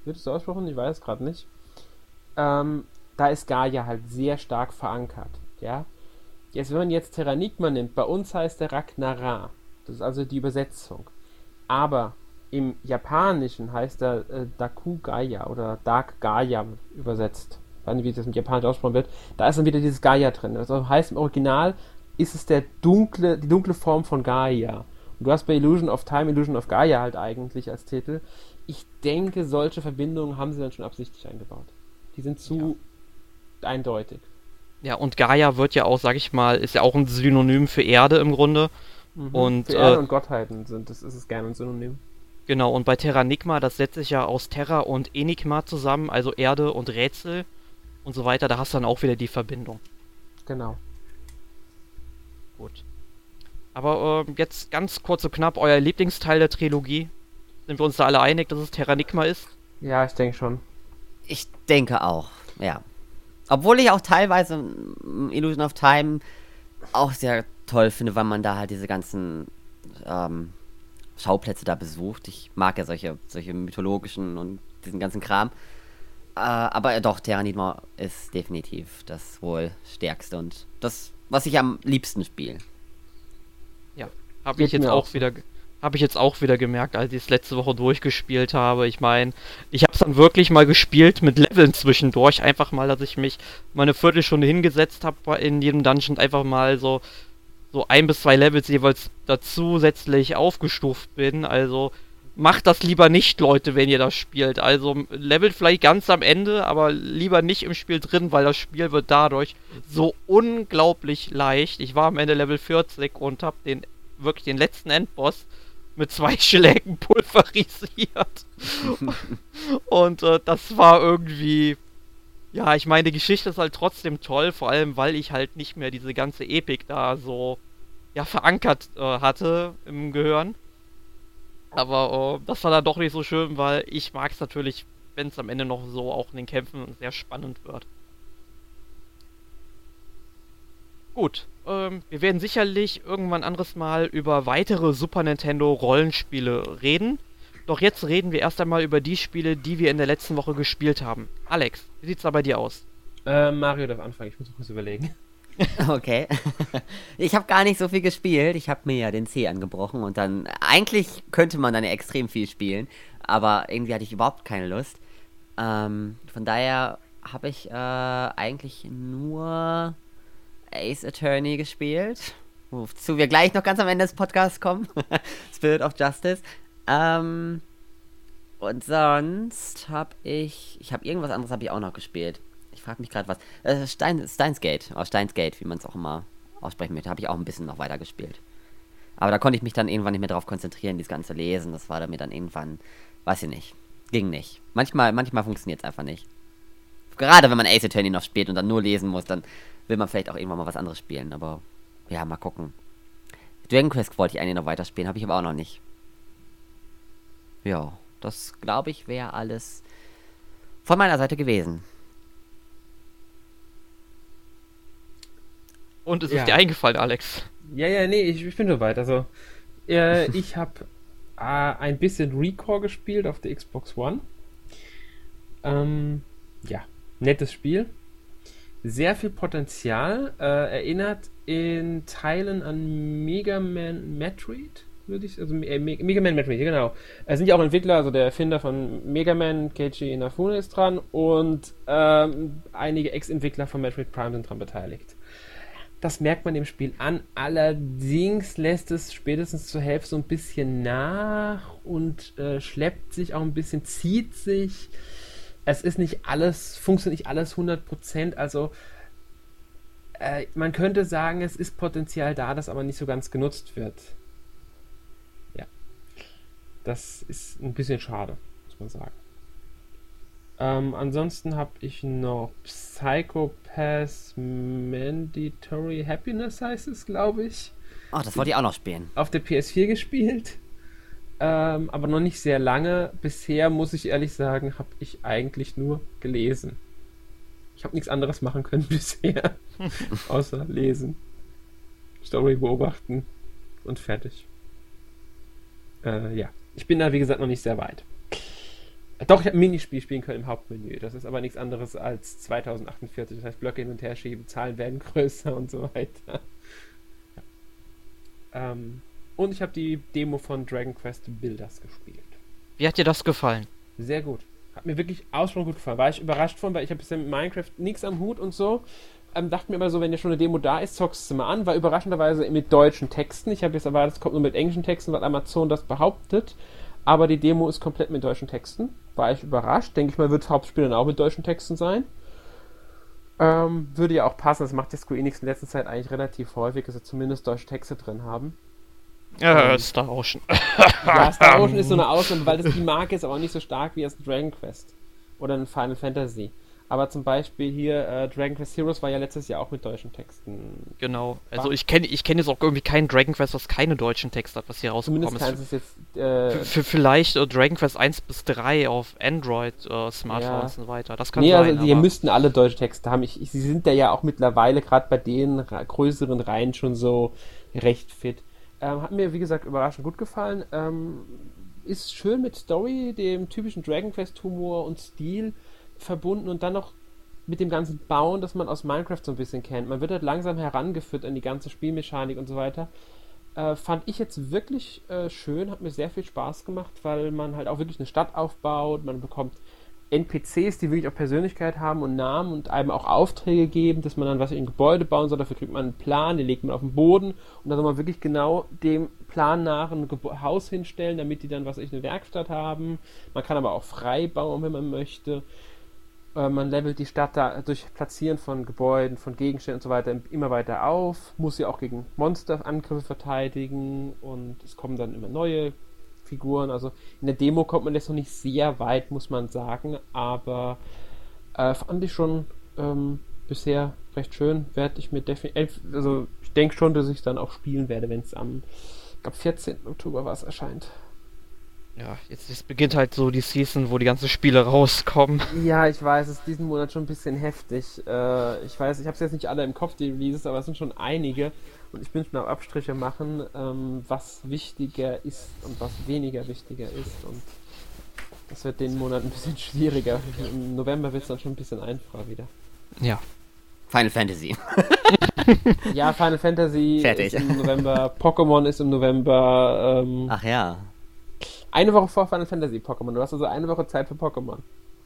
wird es so ausgesprochen? Ich weiß es gerade nicht. Ähm, da ist Gaia halt sehr stark verankert, ja. Jetzt, wenn man jetzt Terranigma nimmt, bei uns heißt der Ragnarar. Das ist also die Übersetzung. Aber im Japanischen heißt er äh, Daku Gaia oder Dark Gaia übersetzt. Ich weiß nicht, wie das mit Japanisch ausgesprochen wird. Da ist dann wieder dieses Gaia drin. Also heißt im Original ist es der dunkle, die dunkle Form von Gaia. Und du hast bei Illusion of Time Illusion of Gaia halt eigentlich als Titel. Ich denke, solche Verbindungen haben sie dann schon absichtlich eingebaut. Die sind zu ja. eindeutig. Ja, und Gaia wird ja auch, sag ich mal, ist ja auch ein Synonym für Erde im Grunde. Mhm. Und, für Erde äh, und Gottheiten sind, das ist es gerne ein Synonym. Genau, und bei Terranigma, das setzt sich ja aus Terra und Enigma zusammen, also Erde und Rätsel und so weiter. Da hast du dann auch wieder die Verbindung. Genau. Gut. Aber äh, jetzt ganz kurz und knapp, euer Lieblingsteil der Trilogie. Sind wir uns da alle einig, dass es Terranigma ist? Ja, ich denke schon. Ich denke auch, ja. Obwohl ich auch teilweise mm, Illusion of Time auch sehr toll finde, weil man da halt diese ganzen ähm, Schauplätze da besucht. Ich mag ja solche, solche mythologischen und diesen ganzen Kram. Äh, aber ja, doch, Terranigma ist definitiv das wohl stärkste und das, was ich am liebsten spiele. Ja, habe ich jetzt auch wieder... Habe ich jetzt auch wieder gemerkt, als ich es letzte Woche durchgespielt habe. Ich meine, ich habe es dann wirklich mal gespielt mit Leveln zwischendurch. Einfach mal, dass ich mich mal eine Viertelstunde hingesetzt habe in jedem Dungeon. Einfach mal so, so ein bis zwei Levels jeweils dazusätzlich aufgestuft bin. Also macht das lieber nicht, Leute, wenn ihr das spielt. Also levelt vielleicht ganz am Ende, aber lieber nicht im Spiel drin, weil das Spiel wird dadurch so unglaublich leicht. Ich war am Ende Level vierzig und habe den wirklich den letzten Endboss mit zwei Schlägen pulverisiert. Und äh, das war irgendwie... Ja, ich meine, die Geschichte ist halt trotzdem toll, vor allem, weil ich halt nicht mehr diese ganze Epik da so ja, verankert äh, hatte im Gehirn. Aber äh, das war dann doch nicht so schön, weil ich mag es natürlich, wenn es am Ende noch so auch in den Kämpfen sehr spannend wird. Gut, ähm, wir werden sicherlich irgendwann anderes Mal über weitere Super Nintendo Rollenspiele reden. Doch jetzt reden wir erst einmal über die Spiele, die wir in der letzten Woche gespielt haben. Alex, wie sieht's da bei dir aus? Äh, Mario darf anfangen, ich muss kurz überlegen. Okay. Ich habe gar nicht so viel gespielt. Ich habe mir ja den C angebrochen und dann... Eigentlich könnte man dann ja extrem viel spielen, aber irgendwie hatte ich überhaupt keine Lust. Ähm, von daher habe ich äh, eigentlich nur... Ace Attorney gespielt, wozu wir gleich noch ganz am Ende des Podcasts kommen. Spirit of Justice. Ähm, und sonst habe ich, ich habe irgendwas anderes habe ich auch noch gespielt. Ich frage mich gerade was. Äh, Stein, Steins Gate, oder Steins Gate, wie man es auch immer aussprechen möchte, habe ich auch ein bisschen noch weiter gespielt. Aber da konnte ich mich dann irgendwann nicht mehr darauf konzentrieren, dieses ganze Lesen. Das war da mir dann irgendwann, weiß ich nicht, ging nicht. Manchmal, manchmal funktioniert es einfach nicht. Gerade wenn man Ace Attorney noch spielt und dann nur lesen muss, dann will man vielleicht auch irgendwann mal was anderes spielen, aber ja, mal gucken. Dragon Quest wollte ich eigentlich noch weiterspielen, habe ich aber auch noch nicht. Ja, das glaube ich wäre alles von meiner Seite gewesen. Und es Ja. ist dir eingefallen, Alex. Ja, ja, nee, ich, ich bin soweit. Also, äh, ich habe äh, ein bisschen Recore gespielt auf der Xbox One. Ähm, ja, nettes Spiel. Sehr viel Potenzial. Äh, erinnert in Teilen an Mega Man Metroid, würde ich also äh, Me- Mega Man Metroid, genau. Es sind ja auch Entwickler, also der Erfinder von Mega Man, Keiji Inafune, ist dran und ähm, einige Ex-Entwickler von Metroid Prime sind dran beteiligt. Das merkt man dem Spiel an. Allerdings lässt es spätestens zur Hälfte so ein bisschen nach und äh, schleppt sich auch ein bisschen, zieht sich. Es ist nicht alles, funktioniert nicht alles hundert Prozent. Also äh, man könnte sagen, es ist Potenzial da, das aber nicht so ganz genutzt wird. Ja. Das ist ein bisschen schade, muss man sagen. Ähm, ansonsten habe ich noch Psychopath Mandatory Happiness, heißt es, glaube ich. Oh, das wollte ich auch noch spielen. Auf der P S vier gespielt. Ähm, aber noch nicht sehr lange. Bisher, muss ich ehrlich sagen, habe ich eigentlich nur gelesen. Ich habe nichts anderes machen können bisher. Außer lesen. Story beobachten. Und fertig. Äh, ja. Ich bin da, wie gesagt, noch nicht sehr weit. Doch, ich habe ein Minispiel spielen können im Hauptmenü. Das ist aber nichts anderes als zweitausendachtundvierzig. Das heißt, Blöcke hin und her schieben, Zahlen werden größer und so weiter. Ja. Ähm, und ich habe die Demo von Dragon Quest Builders gespielt. Wie hat dir das gefallen? Sehr gut. Hat mir wirklich ausgesprochen gut gefallen. War ich überrascht von, weil ich habe bisher mit Minecraft nichts am Hut und so. Ähm, dachte mir immer so, wenn ja schon eine Demo da ist, zockst du mal an. War überraschenderweise mit deutschen Texten. Ich habe jetzt erwartet, es kommt nur mit englischen Texten, weil Amazon das behauptet. Aber die Demo ist komplett mit deutschen Texten. War ich überrascht. Denke ich mal, wird das Hauptspiel dann auch mit deutschen Texten sein. Ähm, würde ja auch passen. Das macht ja Square Enix in letzter Zeit eigentlich relativ häufig, dass sie zumindest deutsche Texte drin haben. Ja, ähm, Star Ocean. Ja, Star Ocean ist so eine Ausnahme, weil das die Marke ist, aber auch nicht so stark wie das Dragon Quest. Oder ein Final Fantasy. Aber zum Beispiel hier, äh, Dragon Quest Heroes war ja letztes Jahr auch mit deutschen Texten. Genau. Also ich kenne ich kenn jetzt auch irgendwie keinen Dragon Quest, was keine deutschen Texte hat, was hier rausgekommen ist. Zumindest jetzt, äh, für, für vielleicht äh, Dragon Quest eins bis drei auf Android, äh, Smartphones ja. und so weiter. Das kann nee, sein. Also die müssten alle deutsche Texte haben. Ich, ich, sie sind da ja auch mittlerweile, gerade bei den ra- größeren Reihen, schon so recht fit. Ähm, hat mir, wie gesagt, überraschend gut gefallen. Ähm, ist schön mit Story, dem typischen Dragon Quest Humor und Stil verbunden und dann noch mit dem ganzen Bauen, das man aus Minecraft so ein bisschen kennt. Man wird halt langsam herangeführt an die ganze Spielmechanik und so weiter. Äh, fand ich jetzt wirklich äh, schön, hat mir sehr viel Spaß gemacht, weil man halt auch wirklich eine Stadt aufbaut, man bekommt N P Cs, die wirklich auch Persönlichkeit haben und Namen und einem auch Aufträge geben, dass man dann was in ein Gebäude bauen soll, dafür kriegt man einen Plan, den legt man auf den Boden und dann soll man wirklich genau dem Plan nach ein Gebo- Haus hinstellen, damit die dann, was weiß ich, eine Werkstatt haben. Man kann aber auch frei bauen, wenn man möchte. Äh, man levelt die Stadt da durch Platzieren von Gebäuden, von Gegenständen und so weiter immer weiter auf, muss sie auch gegen Monsterangriffe verteidigen und es kommen dann immer neue Figuren, also in der Demo kommt man jetzt noch nicht sehr weit, muss man sagen, aber äh, fand ich schon ähm, bisher recht schön, werde ich mir definitiv, also ich denke schon, dass ich es dann auch spielen werde, wenn es am, ich glaube vierzehnten Oktober war es erscheint. Ja, jetzt, jetzt beginnt halt so die Season, wo die ganzen Spiele rauskommen. Ja, ich weiß, es ist diesen Monat schon ein bisschen heftig. Äh, ich weiß, ich habe es jetzt nicht alle im Kopf, die Releases, aber es sind schon einige. Und ich bin schon auf Abstriche machen, ähm, was wichtiger ist und was weniger wichtiger ist. Und das wird den Monat ein bisschen schwieriger. Im November wird es dann schon ein bisschen einfacher wieder. Ja. Final Fantasy. Ja, Final Fantasy Fertig. ist im November, Pokémon ist im November. Ähm, Ach ja. Eine Woche vor Final Fantasy Pokémon. Du hast also eine Woche Zeit für Pokémon.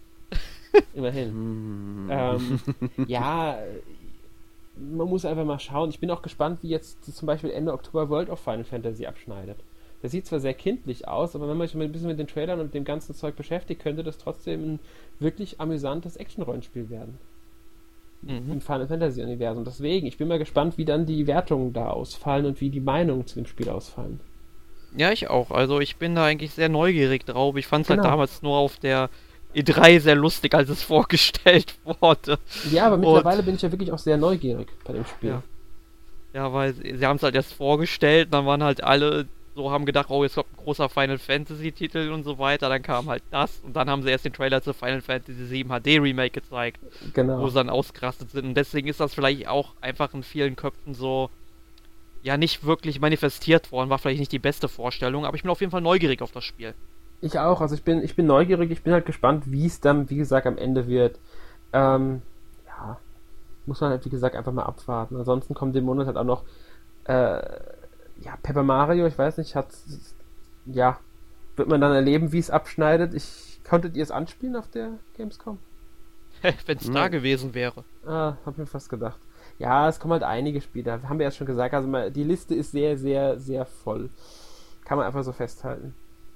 Immerhin. ähm, ja, man muss einfach mal schauen. Ich bin auch gespannt, wie jetzt zum Beispiel Ende Oktober World of Final Fantasy abschneidet. Das sieht zwar sehr kindlich aus, aber wenn man sich mal ein bisschen mit den Trailern und dem ganzen Zeug beschäftigt, könnte das trotzdem ein wirklich amüsantes Action-Rollenspiel werden. Mhm. Im Final Fantasy Universum. Deswegen, ich bin mal gespannt, wie dann die Wertungen da ausfallen und wie die Meinungen zu dem Spiel ausfallen. Ja, ich auch. Also ich bin da eigentlich sehr neugierig drauf. Ich fand es Genau. halt damals nur auf der E drei sehr lustig, als es vorgestellt wurde. Ja, aber Und- mittlerweile bin ich ja wirklich auch sehr neugierig bei dem Spiel. Ja. Ja, weil sie, sie haben es halt erst vorgestellt, dann waren halt alle so, haben gedacht, oh, jetzt kommt ein großer Final Fantasy Titel und so weiter, dann kam halt das und dann haben sie erst den Trailer zu Final Fantasy sieben H D Remake gezeigt, Genau. wo sie dann ausgerastet sind und deswegen ist das vielleicht auch einfach in vielen Köpfen so, ja, nicht wirklich manifestiert worden, war vielleicht nicht die beste Vorstellung, aber ich bin auf jeden Fall neugierig auf das Spiel. Ich auch, also ich bin, ich bin neugierig, ich bin halt gespannt, wie es dann, wie gesagt, am Ende wird. Ähm, ja, muss man halt, wie gesagt, einfach mal abwarten. Ansonsten kommt im Monat halt auch noch, äh, ja, Paper Mario, ich weiß nicht, hat, ja, wird man dann erleben, wie es abschneidet. Ich, konntet ihr es anspielen auf der Gamescom? Wenn es Hm. da gewesen wäre. Ah, hab mir fast gedacht. Ja, es kommen halt einige Spiele, haben wir ja schon gesagt, also mal, die Liste ist sehr, sehr, sehr voll. Kann man einfach so festhalten.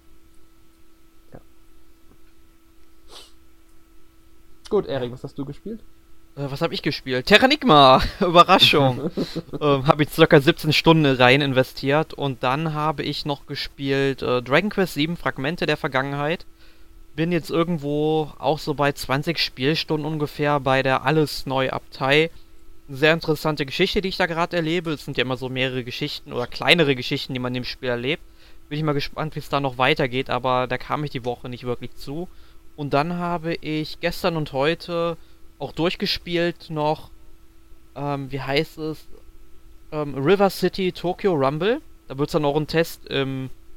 Gut, Erik, was hast du gespielt? Äh, was habe ich gespielt? Terranigma! Überraschung! ähm, habe ich circa siebzehn Stunden rein investiert und dann habe ich noch gespielt äh, Dragon Quest sieben Fragmente der Vergangenheit. Bin jetzt irgendwo auch so bei zwanzig Spielstunden ungefähr bei der Alles-Neu-Abtei. Sehr interessante Geschichte, die ich da gerade erlebe. Es sind ja immer so mehrere Geschichten oder kleinere Geschichten, die man im Spiel erlebt. Bin ich mal gespannt, wie es da noch weitergeht, aber da kam ich die Woche nicht wirklich zu. Und dann habe ich gestern und heute auch durchgespielt noch, ähm, wie heißt es, ähm, River City Tokyo Rumble. Da wird es dann auch einen Test im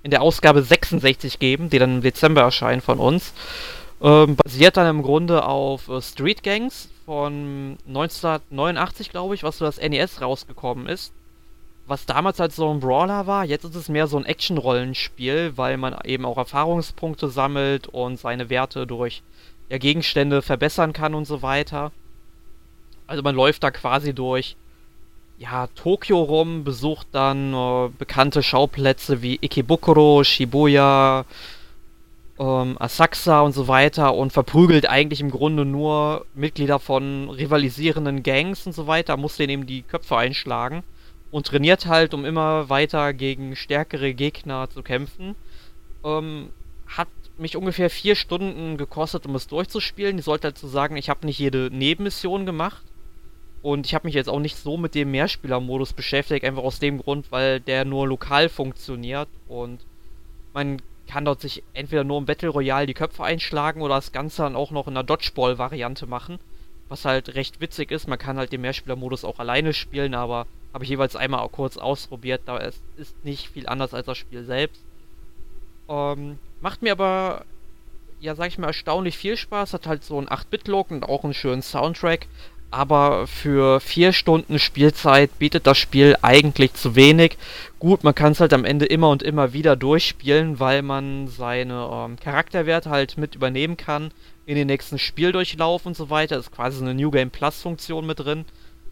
in der Ausgabe sechsundsechzig geben, die dann im Dezember erscheint von uns. Ähm, basiert dann im Grunde auf äh, Street Gangs von neunzehnhundertneunundachtzig, glaube ich, was für das N E S rausgekommen ist. Was damals halt so ein Brawler war, jetzt ist es mehr so ein Action-Rollenspiel, weil man eben auch Erfahrungspunkte sammelt und seine Werte durch ja, Gegenstände verbessern kann und so weiter. Also man läuft da quasi durch ja, Tokio rum, besucht dann äh, bekannte Schauplätze wie Ikebukuro, Shibuya, ähm, Asakusa und so weiter und verprügelt eigentlich im Grunde nur Mitglieder von rivalisierenden Gangs und so weiter, muss denen eben die Köpfe einschlagen und trainiert halt, um immer weiter gegen stärkere Gegner zu kämpfen. Ähm, hat mich ungefähr vier Stunden gekostet, um es durchzuspielen. Ich sollte dazu sagen, ich habe nicht jede Nebenmission gemacht. Und ich habe mich jetzt auch nicht so mit dem Mehrspieler-Modus beschäftigt, einfach aus dem Grund, weil der nur lokal funktioniert und man kann dort sich entweder nur im Battle Royale die Köpfe einschlagen oder das Ganze dann auch noch in einer Dodgeball-Variante machen, was halt recht witzig ist. Man kann halt den Mehrspieler-Modus auch alleine spielen, aber habe ich jeweils einmal auch kurz ausprobiert, da es ist nicht viel anders als das Spiel selbst. Ähm, macht mir aber, ja sag ich mal, erstaunlich viel Spaß, hat halt so einen acht Bit-Look und auch einen schönen Soundtrack. Aber für vier Stunden Spielzeit bietet das Spiel eigentlich zu wenig. Gut, man kann es halt am Ende immer und immer wieder durchspielen, weil man seine ähm, Charakterwerte halt mit übernehmen kann in den nächsten Spieldurchlauf und so weiter. Ist quasi so eine New Game Plus Funktion mit drin.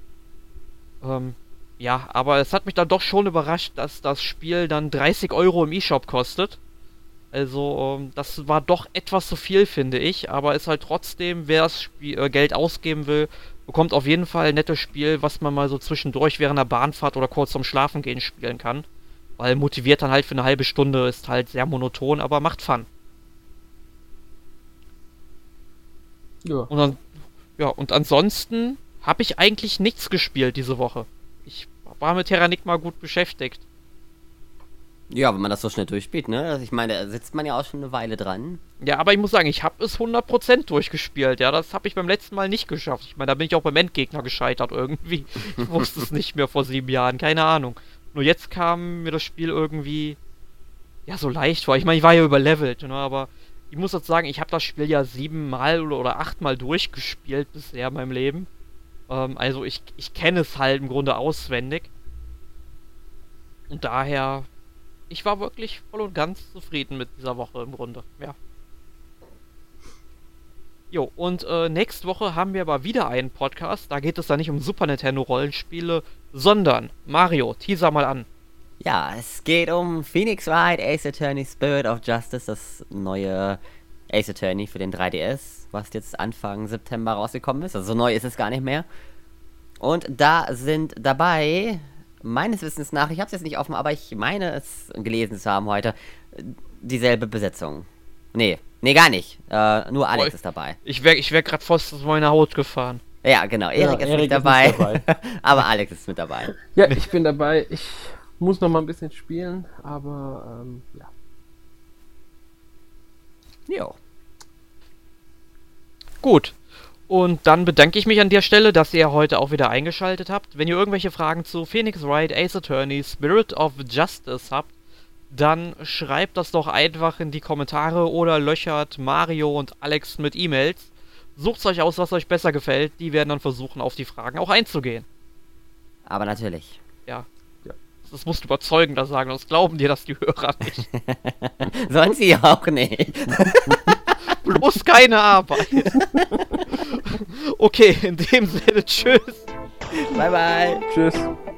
Ähm, ja, aber es hat mich dann doch schon überrascht, dass das Spiel dann dreißig Euro im eShop kostet. Also, ähm, das war doch etwas zu viel, finde ich. Aber ist halt trotzdem, wer das Spiel, äh, Geld ausgeben will, bekommt auf jeden Fall ein nettes Spiel, was man mal so zwischendurch während der Bahnfahrt oder kurz vorm Schlafengehen spielen kann. Weil motiviert dann halt für eine halbe Stunde, ist halt sehr monoton, aber macht Fun. Ja. Und dann, ja, und ansonsten habe ich eigentlich nichts gespielt diese Woche. Ich war mit Terranigma gut beschäftigt. Ja, wenn man das so schnell durchspielt, ne? Also ich meine, da sitzt man ja auch schon eine Weile dran. Ja, aber ich muss sagen, ich habe es hundert Prozent durchgespielt. Ja, das habe ich beim letzten Mal nicht geschafft. Ich meine, da bin ich auch beim Endgegner gescheitert irgendwie. Ich wusste es nicht mehr vor sieben Jahren, keine Ahnung. Nur jetzt kam mir das Spiel irgendwie, ja, so leicht vor. Ich meine, ich war ja überlevelt, ne? Aber ich muss jetzt sagen, ich habe das Spiel ja siebenmal oder achtmal durchgespielt bisher in meinem Leben. Ähm, also ich, ich kenne es halt im Grunde auswendig. Und daher... Ich war wirklich voll und ganz zufrieden mit dieser Woche im Grunde, ja. Jo, und äh, nächste Woche haben wir aber wieder einen Podcast. Da geht es dann nicht um Super Nintendo Rollenspiele, sondern, Mario, teaser mal an. Ja, es geht um Phoenix Wright, Ace Attorney Spirit of Justice, das neue Ace Attorney für den drei D S, was jetzt Anfang September rausgekommen ist. Also so neu ist es gar nicht mehr. Und da sind dabei... meines Wissens nach, ich habe es jetzt nicht offen, aber ich meine es gelesen zu haben heute, dieselbe Besetzung. Nee, nee, gar nicht. Äh, nur Alex oh, ist dabei. Ich wäre ich wär gerade fast aus meiner Haut gefahren. Ja, genau, Erik ja, ist Erik nicht dabei, ist dabei. Aber Alex ist mit dabei. Ja, ich bin dabei. Ich muss noch mal ein bisschen spielen, aber ähm, ja. Jo. Gut. Und dann bedanke ich mich an der Stelle, dass ihr heute auch wieder eingeschaltet habt. Wenn ihr irgendwelche Fragen zu Phoenix Wright, Ace Attorney, Spirit of Justice habt, dann schreibt das doch einfach in die Kommentare oder löchert Mario und Alex mit E-Mails. Sucht euch aus, was euch besser gefällt. Die werden dann versuchen, auf die Fragen auch einzugehen. Aber natürlich. Ja. ja. Das musst du überzeugender sagen, sonst glauben dir das die Hörer nicht. Sollen sie auch nicht. Bloß keine Arbeit. Okay, in dem Sinne, tschüss. Bye, bye. Tschüss.